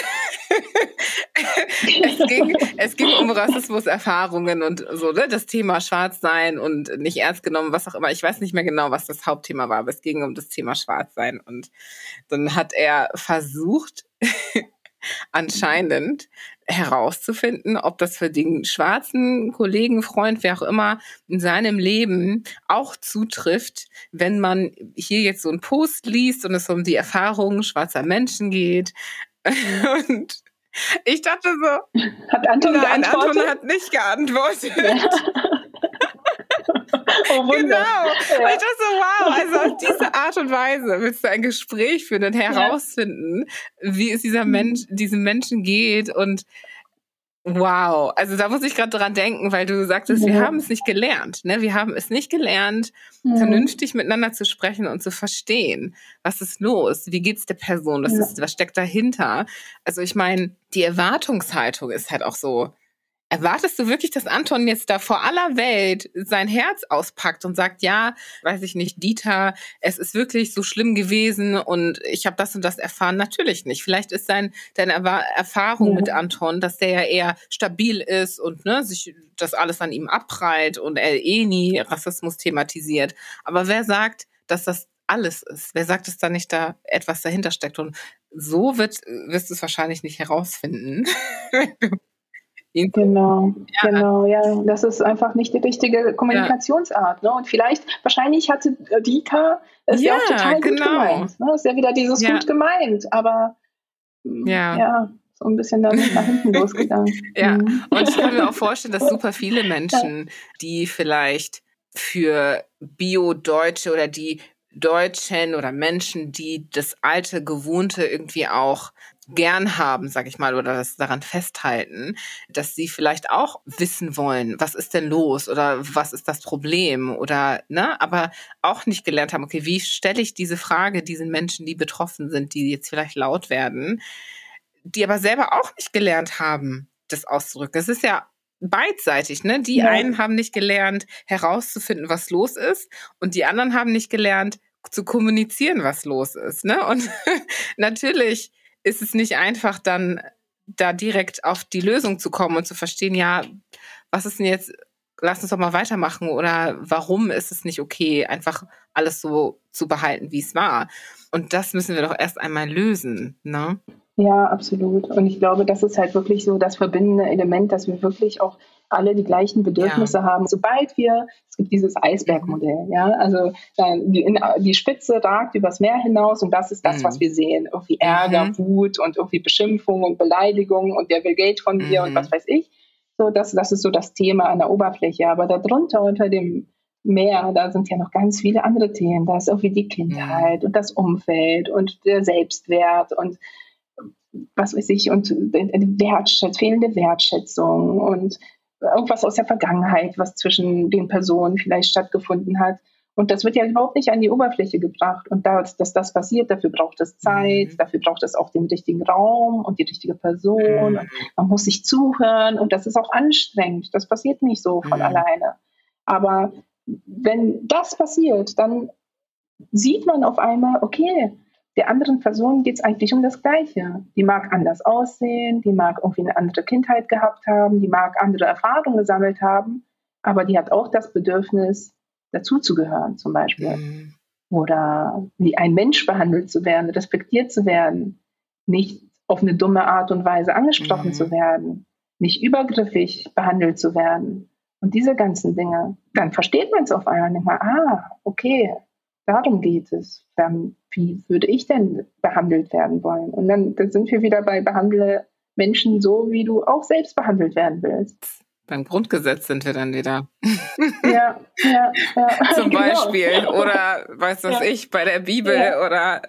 es ging um Rassismuserfahrungen und so, ne? Das Thema Schwarzsein und nicht ernst genommen, was auch immer. Ich weiß nicht mehr genau, was das Hauptthema war, aber es ging um das Thema Schwarzsein. Und dann hat er versucht, anscheinend herauszufinden, ob das für den schwarzen Kollegen, Freund, wer auch immer in seinem Leben auch zutrifft, wenn man hier jetzt so einen Post liest und es um die Erfahrungen schwarzer Menschen geht. Und ich dachte so,
hat Anton geantwortet?
Anton hat nicht geantwortet. Ja.
Oh,
genau. Ja. Und ich dachte so, wow, also auf diese Art und Weise willst du ein Gespräch führen und herausfinden, wie es diesem Menschen geht und wow, also da muss ich gerade dran denken, weil du sagtest, wir haben es nicht gelernt, ne? Wir haben es nicht gelernt, vernünftig miteinander zu sprechen und zu verstehen, was ist los, wie geht's der Person, was steckt dahinter. Also ich meine, die Erwartungshaltung ist halt auch so, erwartest du wirklich, dass Anton jetzt da vor aller Welt sein Herz auspackt und sagt, ja, weiß ich nicht, Dieter, es ist wirklich so schlimm gewesen und ich habe das und das erfahren? Natürlich nicht. Vielleicht ist deine Erfahrung mit Anton, dass der ja eher stabil ist und sich das alles an ihm abprallt und er nie Rassismus thematisiert. Aber wer sagt, dass das alles ist? Wer sagt, dass da nicht da etwas dahinter steckt? Und so wirst du es wahrscheinlich nicht herausfinden.
Genau, ja. Das ist einfach nicht die richtige Kommunikationsart. Ne? Und wahrscheinlich hatte Dieter es ja auch total gut gemeint. Ne? Ist ja wieder dieses gut gemeint, aber so ein bisschen dann nach hinten losgegangen.
Ja, und ich kann mir auch vorstellen, dass super viele Menschen, die vielleicht für Bio-Deutsche oder die Deutschen oder Menschen, die das alte Gewohnte irgendwie auch gern haben, sag ich mal, oder das daran festhalten, dass sie vielleicht auch wissen wollen, was ist denn los oder was ist das Problem oder, aber auch nicht gelernt haben, okay, wie stelle ich diese Frage diesen Menschen, die betroffen sind, die jetzt vielleicht laut werden, die aber selber auch nicht gelernt haben, das auszudrücken. Es ist ja beidseitig, ne? Die einen haben nicht gelernt, herauszufinden, was los ist, und die anderen haben nicht gelernt, zu kommunizieren, was los ist, ne? Und natürlich ist es nicht einfach, dann da direkt auf die Lösung zu kommen und zu verstehen, ja, was ist denn jetzt, lass uns doch mal weitermachen oder warum ist es nicht okay, einfach alles so zu behalten, wie es war. Und das müssen wir doch erst einmal lösen, ne?
Ja, absolut. Und ich glaube, das ist halt wirklich so das verbindende Element, dass wir wirklich auch alle die gleichen Bedürfnisse haben. Sobald es gibt dieses Eisbergmodell, ja, also die Spitze ragt übers Meer hinaus und das ist das, was wir sehen. Irgendwie Ärger, Wut und irgendwie Beschimpfung und Beleidigung und der will Geld von dir und was weiß ich. So, das ist so das Thema an der Oberfläche. Aber darunter, unter dem Meer, da sind ja noch ganz viele andere Themen. Da ist irgendwie die Kindheit und das Umfeld und der Selbstwert und was weiß ich, und fehlende Wertschätzung und irgendwas aus der Vergangenheit, was zwischen den Personen vielleicht stattgefunden hat. Und das wird ja überhaupt nicht an die Oberfläche gebracht. Und dass das passiert, dafür braucht es Zeit, dafür braucht es auch den richtigen Raum und die richtige Person. Und man muss sich zuhören und das ist auch anstrengend. Das passiert nicht so von alleine. Aber wenn das passiert, dann sieht man auf einmal, okay, der anderen Person geht es eigentlich um das Gleiche. Die mag anders aussehen, die mag irgendwie eine andere Kindheit gehabt haben, die mag andere Erfahrungen gesammelt haben, aber die hat auch das Bedürfnis, dazuzugehören zum Beispiel. Oder wie ein Mensch behandelt zu werden, respektiert zu werden, nicht auf eine dumme Art und Weise angesprochen zu werden, nicht übergriffig behandelt zu werden. Und diese ganzen Dinge, dann versteht man es auf einmal nicht mal, okay, darum geht es. Dann, wie würde ich denn behandelt werden wollen? Und dann sind wir wieder bei behandle Menschen so, wie du auch selbst behandelt werden willst.
Beim Grundgesetz sind wir dann wieder.
Ja.
Zum Beispiel. Genau. Oder, weiß was ich, bei der Bibel oder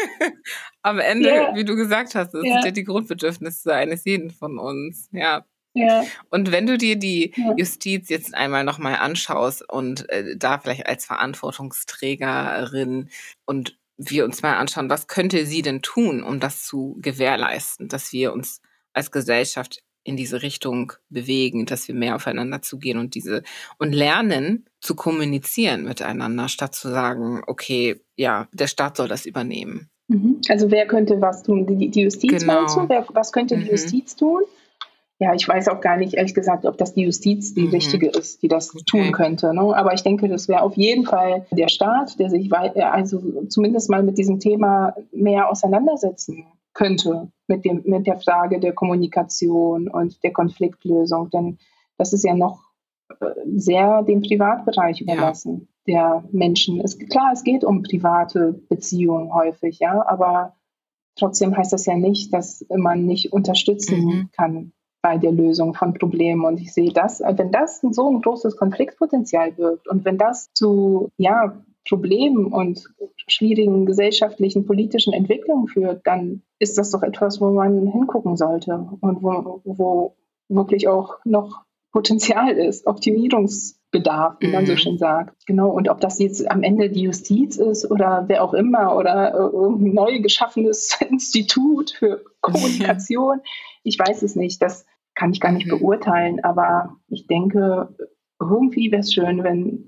am Ende, wie du gesagt hast, das sind ja die Grundbedürfnisse eines jeden von uns. Ja. Und wenn du dir die Justiz jetzt einmal nochmal anschaust und da vielleicht als Verantwortungsträgerin und wir uns mal anschauen, was könnte sie denn tun, um das zu gewährleisten, dass wir uns als Gesellschaft in diese Richtung bewegen, dass wir mehr aufeinander zugehen und lernen zu kommunizieren miteinander, statt zu sagen, okay, ja, der Staat soll das übernehmen.
Also wer könnte was tun? Die Justiz meinst du? Was könnte die Justiz tun? Ja, ich weiß auch gar nicht, ehrlich gesagt, ob das die Justiz die richtige ist, die das tun könnte. Ne? Aber ich denke, das wäre auf jeden Fall der Staat, der sich zumindest mal mit diesem Thema mehr auseinandersetzen könnte, mit der Frage der Kommunikation und der Konfliktlösung. Denn das ist ja noch sehr dem Privatbereich überlassen der Menschen. Klar, es geht um private Beziehungen häufig, ja, aber trotzdem heißt das ja nicht, dass man nicht unterstützen kann bei der Lösung von Problemen. Und ich sehe das, wenn das so ein großes Konfliktpotenzial wirkt und wenn das zu Problemen und schwierigen gesellschaftlichen, politischen Entwicklungen führt, dann ist das doch etwas, wo man hingucken sollte und wo wirklich auch noch Potenzial ist, Optimierungsbedarf, wie man so schön sagt. Genau, und ob das jetzt am Ende die Justiz ist oder wer auch immer oder irgendein neu geschaffenes Institut für Kommunikation, ich weiß es nicht, das kann ich gar nicht beurteilen, aber ich denke, irgendwie wäre es schön, wenn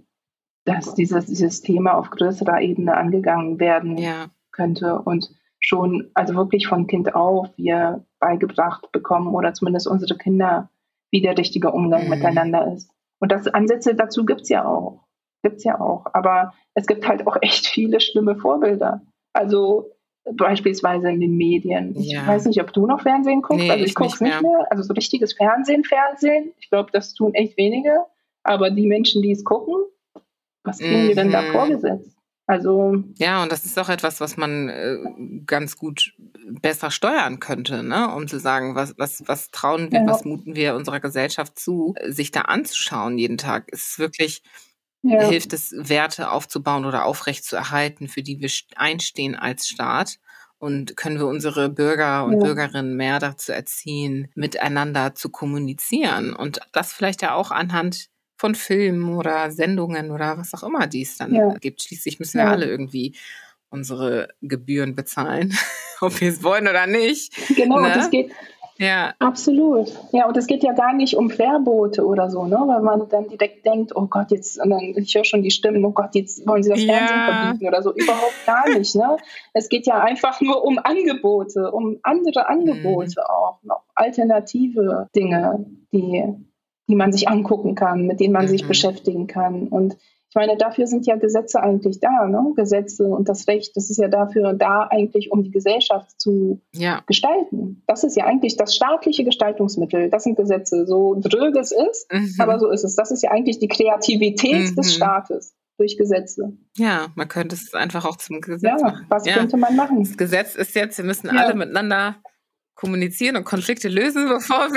dieses Thema auf größerer Ebene angegangen werden könnte und schon, also wirklich von Kind auf, wir beigebracht bekommen oder zumindest unsere Kinder, wie der richtige Umgang miteinander ist. Und Ansätze dazu gibt's ja auch. Aber es gibt halt auch echt viele schlimme Vorbilder. Also beispielsweise in den Medien. Ich weiß nicht, ob du noch Fernsehen guckst.
Nee,
also ich gucke es nicht mehr. Also so richtiges Fernsehen. Ich glaube, das tun echt wenige. Aber die Menschen, die es gucken, was kriegen die denn da vorgesetzt? Also
ja, und das ist auch etwas, was man ganz gut besser steuern könnte, ne? Um zu sagen, was trauen wir, was muten wir unserer Gesellschaft zu, sich da anzuschauen jeden Tag. Ist es wirklich, hilft es, Werte aufzubauen oder aufrechtzuerhalten, für die wir einstehen als Staat? Und können wir unsere Bürger und Bürgerinnen mehr dazu erziehen, miteinander zu kommunizieren? Und das vielleicht ja auch anhand von Filmen oder Sendungen oder was auch immer die es dann gibt. Schließlich müssen wir alle irgendwie unsere Gebühren bezahlen, ob wir es wollen oder nicht.
Genau,
ne?
Und
Ja.
Absolut. Ja, und es geht ja gar nicht um Verbote oder so, ne? Weil man dann direkt denkt, oh Gott, jetzt, und dann, ich höre schon die Stimmen, oh Gott, jetzt wollen sie das Fernsehen verbieten oder so. Überhaupt gar nicht, ne? Es geht ja einfach nur um Angebote, um andere Angebote auch, noch alternative Dinge, die man sich angucken kann, mit denen man sich beschäftigen kann. Und ich meine, dafür sind ja Gesetze eigentlich da, ne? Gesetze und das Recht, das ist ja dafür da eigentlich, um die Gesellschaft zu gestalten. Das ist ja eigentlich das staatliche Gestaltungsmittel. Das sind Gesetze, so dröge es ist, aber so ist es. Das ist ja eigentlich die Kreativität des Staates durch Gesetze.
Ja, man könnte es einfach auch zum Gesetz machen.
Was könnte man machen?
Das Gesetz ist jetzt, wir müssen alle miteinander kommunizieren und Konflikte lösen, bevor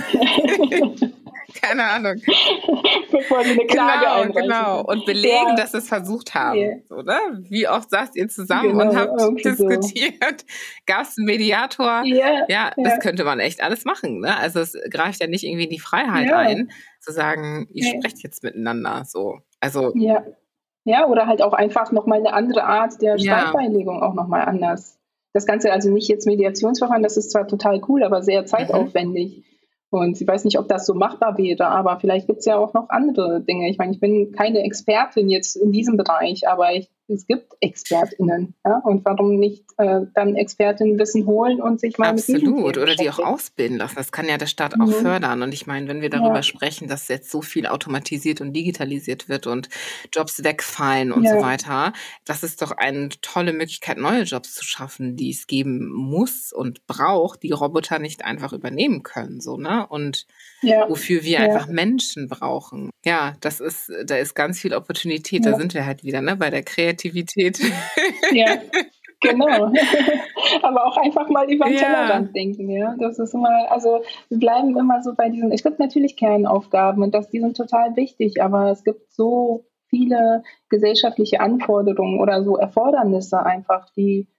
wir... Keine Ahnung.
Bevor sie eine Klage einreichen.
Genau. Und belegen, dass sie es versucht haben. Oder? Wie oft saßt ihr zusammen und habt diskutiert? Gab es einen Mediator? Das könnte man echt alles machen. Ne? Also es greift ja nicht irgendwie in die Freiheit ein, zu sagen, ihr sprecht jetzt miteinander. So. Also,
ja, oder halt auch einfach nochmal eine andere Art der Streitbeilegung auch nochmal anders. Das Ganze also nicht jetzt Mediationsverfahren, das ist zwar total cool, aber sehr zeitaufwendig. Und ich weiß nicht, ob das so machbar wäre, aber vielleicht gibt es ja auch noch andere Dinge. Ich meine, ich bin keine Expertin jetzt in diesem Bereich, aber es gibt ExpertInnen. Ja? Und warum nicht dann Expertinnenwissen holen und sich mal mit diesen Themen
oder die auch ausbilden lassen. Das kann ja der Staat auch fördern. Und ich meine, wenn wir darüber sprechen, dass jetzt so viel automatisiert und digitalisiert wird und Jobs wegfallen und so weiter, das ist doch eine tolle Möglichkeit, neue Jobs zu schaffen, die es geben muss und braucht, die Roboter nicht einfach übernehmen können. So, ne? Und wofür wir einfach Menschen brauchen. Ja, da ist ganz viel Opportunität. Da sind wir halt wieder, ne, bei der Kreativität.
Ja, genau. Aber auch einfach mal über den Tellerrand denken, ja. Das ist immer, also wir bleiben immer so bei diesen, es gibt natürlich Kernaufgaben und die sind total wichtig, aber es gibt so viele gesellschaftliche Anforderungen oder so Erfordernisse einfach,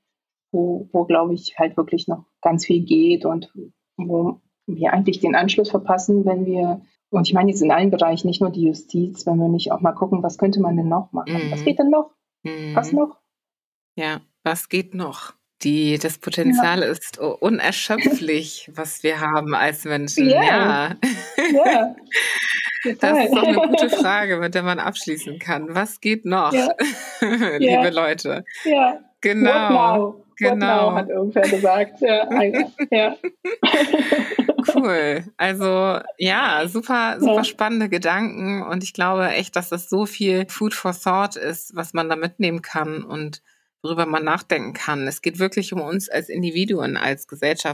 wo glaube ich halt wirklich noch ganz viel geht und wo wir eigentlich den Anschluss verpassen, wenn wir, und ich meine jetzt in allen Bereichen, nicht nur die Justiz, wenn wir nicht auch mal gucken, was könnte man denn noch machen? Was geht denn noch? Was noch?
Ja, was geht noch? Das Potenzial ist unerschöpflich, was wir haben als Menschen. Ja. Das ist doch eine gute Frage, mit der man abschließen kann. Was geht noch, liebe Leute?
Ja.
Genau.
What now, hat irgendwer gesagt. Ja.
Cool. Also super spannende Gedanken und ich glaube echt, dass das so viel Food for Thought ist, was man da mitnehmen kann und worüber man nachdenken kann. Es geht wirklich um uns als Individuen, als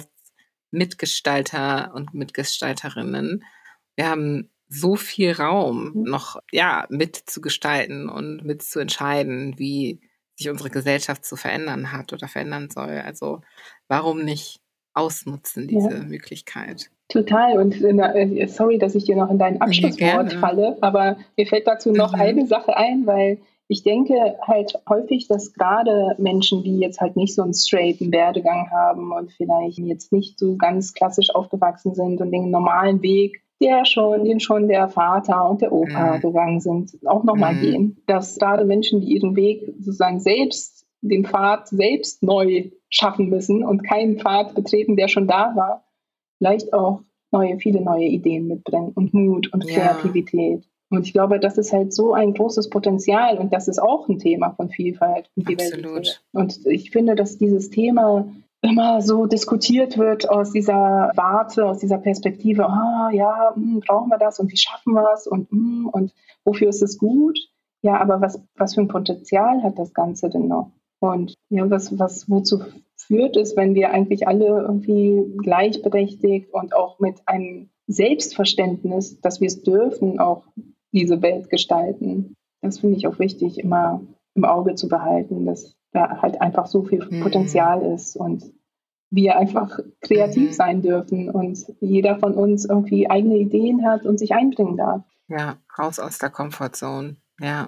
Gesellschaftsmitgestalter und Mitgestalterinnen. Wir haben so viel Raum noch mitzugestalten und mitzuentscheiden, wie sich unsere Gesellschaft zu verändern hat oder verändern soll. Also warum nicht ausnutzen, diese Möglichkeit?
Total. Und sorry, dass ich dir noch in dein Abschlusswort falle, aber mir fällt dazu noch eine Sache ein, weil ich denke halt häufig, dass gerade Menschen, die jetzt halt nicht so einen straighten Werdegang haben und vielleicht jetzt nicht so ganz klassisch aufgewachsen sind und den normalen Weg, den schon der Vater und der Opa gegangen sind, auch nochmal gehen. Dass gerade Menschen, die ihren Weg sozusagen selbst, den Pfad selbst neu schaffen müssen und keinen Pfad betreten, der schon da war, vielleicht auch viele neue Ideen mitbringen und Mut und Kreativität. Und ich glaube, das ist halt so ein großes Potenzial und das ist auch ein Thema von Vielfalt und Diversität. Und ich finde, dass dieses Thema immer so diskutiert wird aus dieser Warte, aus dieser Perspektive, brauchen wir das und wie schaffen wir es und wofür ist es gut? Ja, aber was für ein Potenzial hat das Ganze denn noch? Und wozu führt es, wenn wir eigentlich alle irgendwie gleichberechtigt und auch mit einem Selbstverständnis, dass wir es dürfen, auch diese Welt gestalten? Das finde ich auch wichtig, immer im Auge zu behalten, dass da halt einfach so viel Potenzial ist und wir einfach kreativ sein dürfen und jeder von uns irgendwie eigene Ideen hat und sich einbringen darf.
Ja, raus aus der Comfortzone. Ja,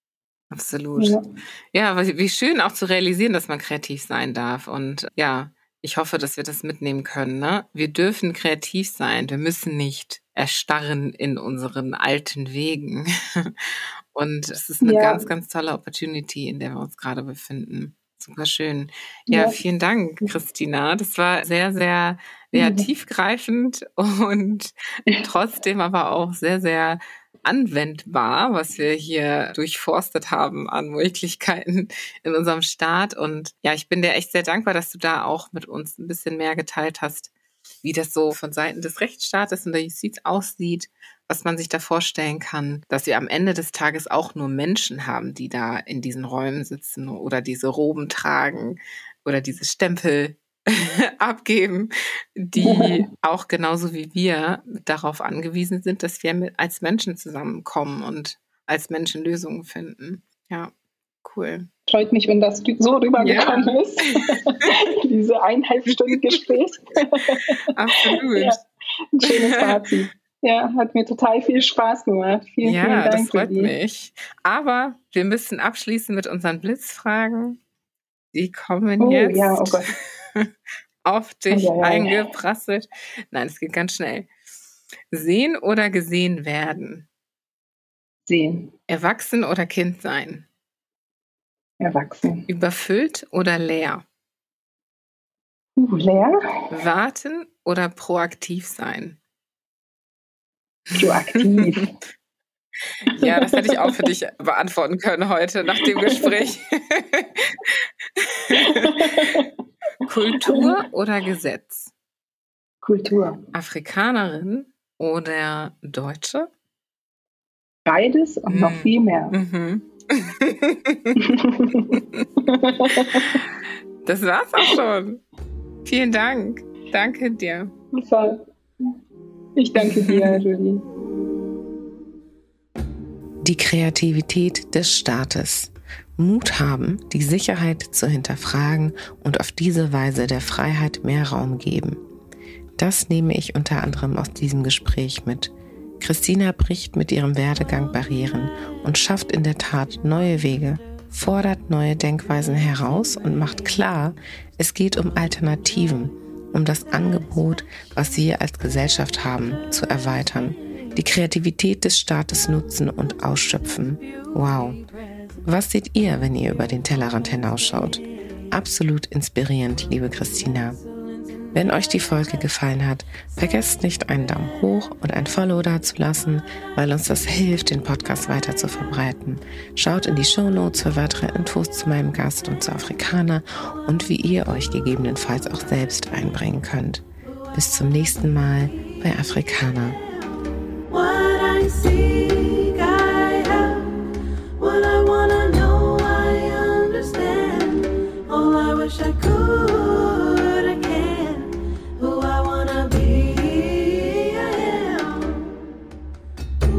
absolut. Ja, wie schön auch zu realisieren, dass man kreativ sein darf. Und ja, ich hoffe, dass wir das mitnehmen können. Ne? Wir dürfen kreativ sein. Wir müssen nicht erstarren in unseren alten Wegen. Und es ist eine ganz, ganz tolle Opportunity, in der wir uns gerade befinden. Super schön. Ja, vielen Dank, Christina. Das war sehr, sehr, sehr tiefgreifend und trotzdem aber auch sehr, sehr anwendbar, was wir hier durchforstet haben an Möglichkeiten in unserem Staat. Und ja, ich bin dir echt sehr dankbar, dass du da auch mit uns ein bisschen mehr geteilt hast, wie das so von Seiten des Rechtsstaates und der Justiz aussieht, was man sich da vorstellen kann, dass wir am Ende des Tages auch nur Menschen haben, die da in diesen Räumen sitzen oder diese Roben tragen oder diese Stempel abgeben, die auch genauso wie wir darauf angewiesen sind, dass wir als Menschen zusammenkommen und als Menschen Lösungen finden. Ja, cool.
Freut mich, wenn das so rübergekommen ist. Diese 1,5 Stunden Gespräch.
Absolut.
Ja, ein schönes Fazit. Ja, hat mir total viel Spaß gemacht. Vielen Dank.
Das freut mich. Aber wir müssen abschließen mit unseren Blitzfragen. Die kommen jetzt auf dich eingeprasselt. Nein, es geht ganz schnell. Sehen oder gesehen werden?
Sehen.
Erwachsen oder Kind sein?
Erwachsen.
Überfüllt oder leer?
Leer.
Warten oder proaktiv sein?
Proaktiv.
Ja, das hätte ich auch für dich beantworten können heute nach dem Gespräch. Kultur oder Gesetz?
Kultur.
Afrikanerin oder Deutsche?
Beides und noch viel mehr.
Das war's auch schon. Vielen Dank. Danke dir.
Ich danke dir, Julie.
Die Kreativität des Staates. Mut haben, die Sicherheit zu hinterfragen und auf diese Weise der Freiheit mehr Raum geben. Das nehme ich unter anderem aus diesem Gespräch mit. Christina bricht mit ihrem Werdegang Barrieren und schafft in der Tat neue Wege, fordert neue Denkweisen heraus und macht klar, es geht um Alternativen, um das Angebot, was wir als Gesellschaft haben, zu erweitern. Die Kreativität des Staates nutzen und ausschöpfen. Wow. Was seht ihr, wenn ihr über den Tellerrand hinausschaut? Absolut inspirierend, liebe Christina. Wenn euch die Folge gefallen hat, vergesst nicht, einen Daumen hoch und ein Follow dazulassen, weil uns das hilft, den Podcast weiter zu verbreiten. Schaut in die Shownotes für weitere Infos zu meinem Gast und zu Afrikaner und wie ihr euch gegebenenfalls auch selbst einbringen könnt. Bis zum nächsten Mal bei Afrikaner. I could again, who I wanna be, I am.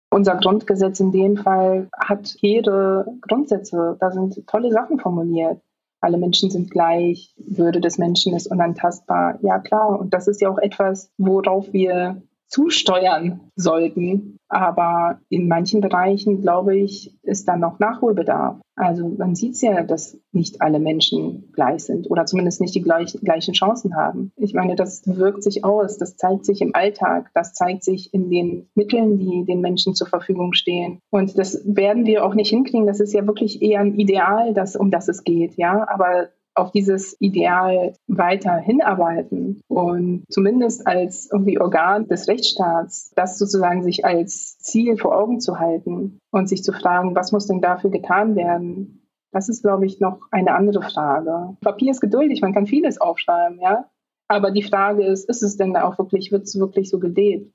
Unser Grundgesetz in dem Fall hat hehre Grundsätze. Da sind tolle Sachen formuliert. Alle Menschen sind gleich, Würde des Menschen ist unantastbar. Ja, klar. Und das ist ja auch etwas, worauf wir zusteuern sollten. Aber in manchen Bereichen, glaube ich, ist da noch Nachholbedarf. Also man sieht es ja, dass nicht alle Menschen gleich sind oder zumindest nicht die gleichen Chancen haben. Ich meine, das wirkt sich aus, das zeigt sich im Alltag, das zeigt sich in den Mitteln, die den Menschen zur Verfügung stehen. Und das werden wir auch nicht hinkriegen. Das ist ja wirklich eher ein Ideal, um das es geht, ja. Aber auf dieses Ideal weiter hinarbeiten und zumindest als irgendwie Organ des Rechtsstaats, das sozusagen sich als Ziel vor Augen zu halten und sich zu fragen, was muss denn dafür getan werden? Das ist, glaube ich, noch eine andere Frage. Papier ist geduldig, man kann vieles aufschreiben, ja. Aber die Frage ist es denn auch wirklich, wird es wirklich so gelebt?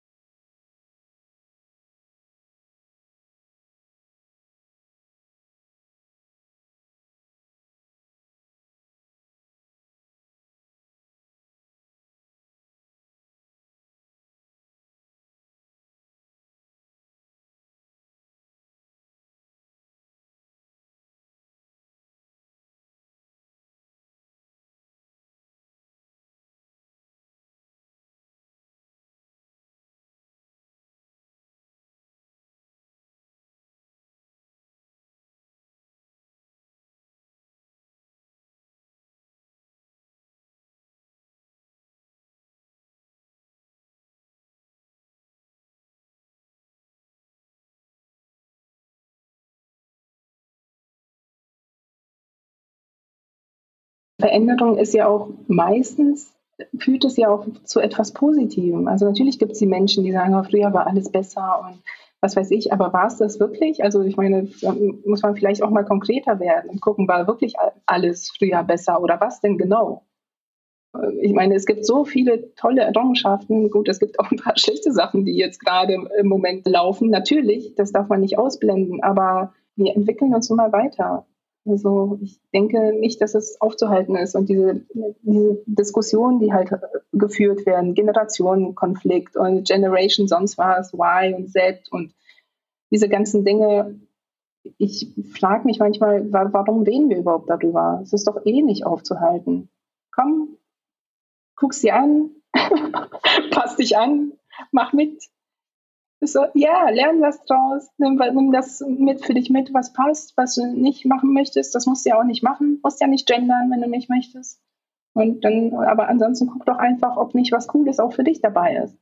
Veränderung ist ja auch meistens, führt es ja auch zu etwas Positivem. Also natürlich gibt es die Menschen, die sagen, früher war alles besser und was weiß ich, aber war es das wirklich? Also ich meine, muss man vielleicht auch mal konkreter werden und gucken, war wirklich alles früher besser oder was denn genau? Ich meine, es gibt so viele tolle Errungenschaften. Gut, es gibt auch ein paar schlechte Sachen, die jetzt gerade im Moment laufen. Natürlich, das darf man nicht ausblenden, aber wir entwickeln uns immer weiter. Also ich denke nicht, dass es aufzuhalten ist. Und diese Diskussionen, die halt geführt werden, Generationenkonflikt und Generation sonst was, Y und Z und diese ganzen Dinge, ich frage mich manchmal, warum reden wir überhaupt darüber? Es ist doch eh nicht aufzuhalten. Komm, guck's dir an, pass dich an, mach mit. So, ja, lern was draus, nimm das mit für dich mit, was passt, was du nicht machen möchtest, das musst du ja auch nicht machen, musst ja nicht gendern, wenn du nicht möchtest. Und dann, aber ansonsten guck doch einfach, ob nicht was Cooles auch für dich dabei ist.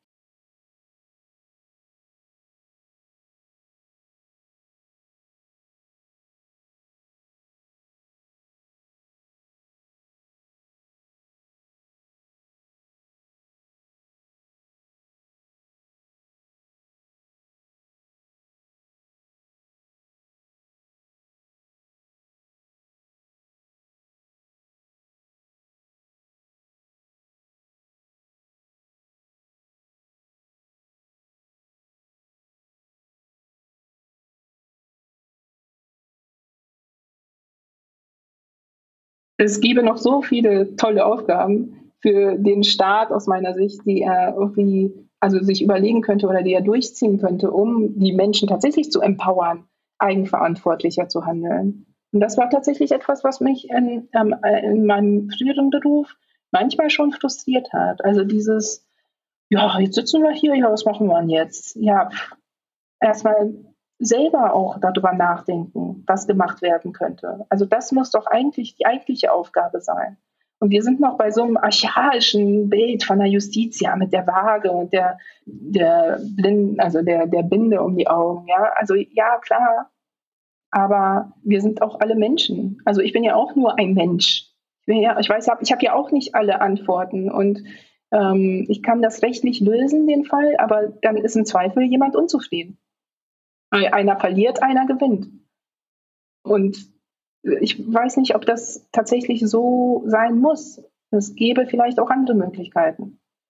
Es gäbe noch so viele tolle Aufgaben für den Staat aus meiner Sicht, die er irgendwie sich überlegen könnte oder die er durchziehen könnte, um die Menschen tatsächlich zu empowern, eigenverantwortlicher zu handeln. Und das war tatsächlich etwas, was mich in meinem früheren Beruf manchmal schon frustriert hat. Also dieses, ja, jetzt sitzen wir hier, ja, was machen wir denn jetzt? Ja, erstmal selber auch darüber nachdenken, was gemacht werden könnte. Also das muss doch eigentlich die eigentliche Aufgabe sein. Und wir sind noch bei so einem archaischen Bild von der Justitia mit der Waage und der Binde um die Augen. Ja, also ja, klar. Aber wir sind auch alle Menschen. Also ich bin ja auch nur ein Mensch. Ich habe ja auch nicht alle Antworten und ich kann das rechtlich lösen, den Fall, aber dann ist im Zweifel jemand unzufrieden. Einer verliert, einer gewinnt. Und ich weiß nicht, ob das tatsächlich so sein muss. Es gäbe vielleicht auch andere Möglichkeiten.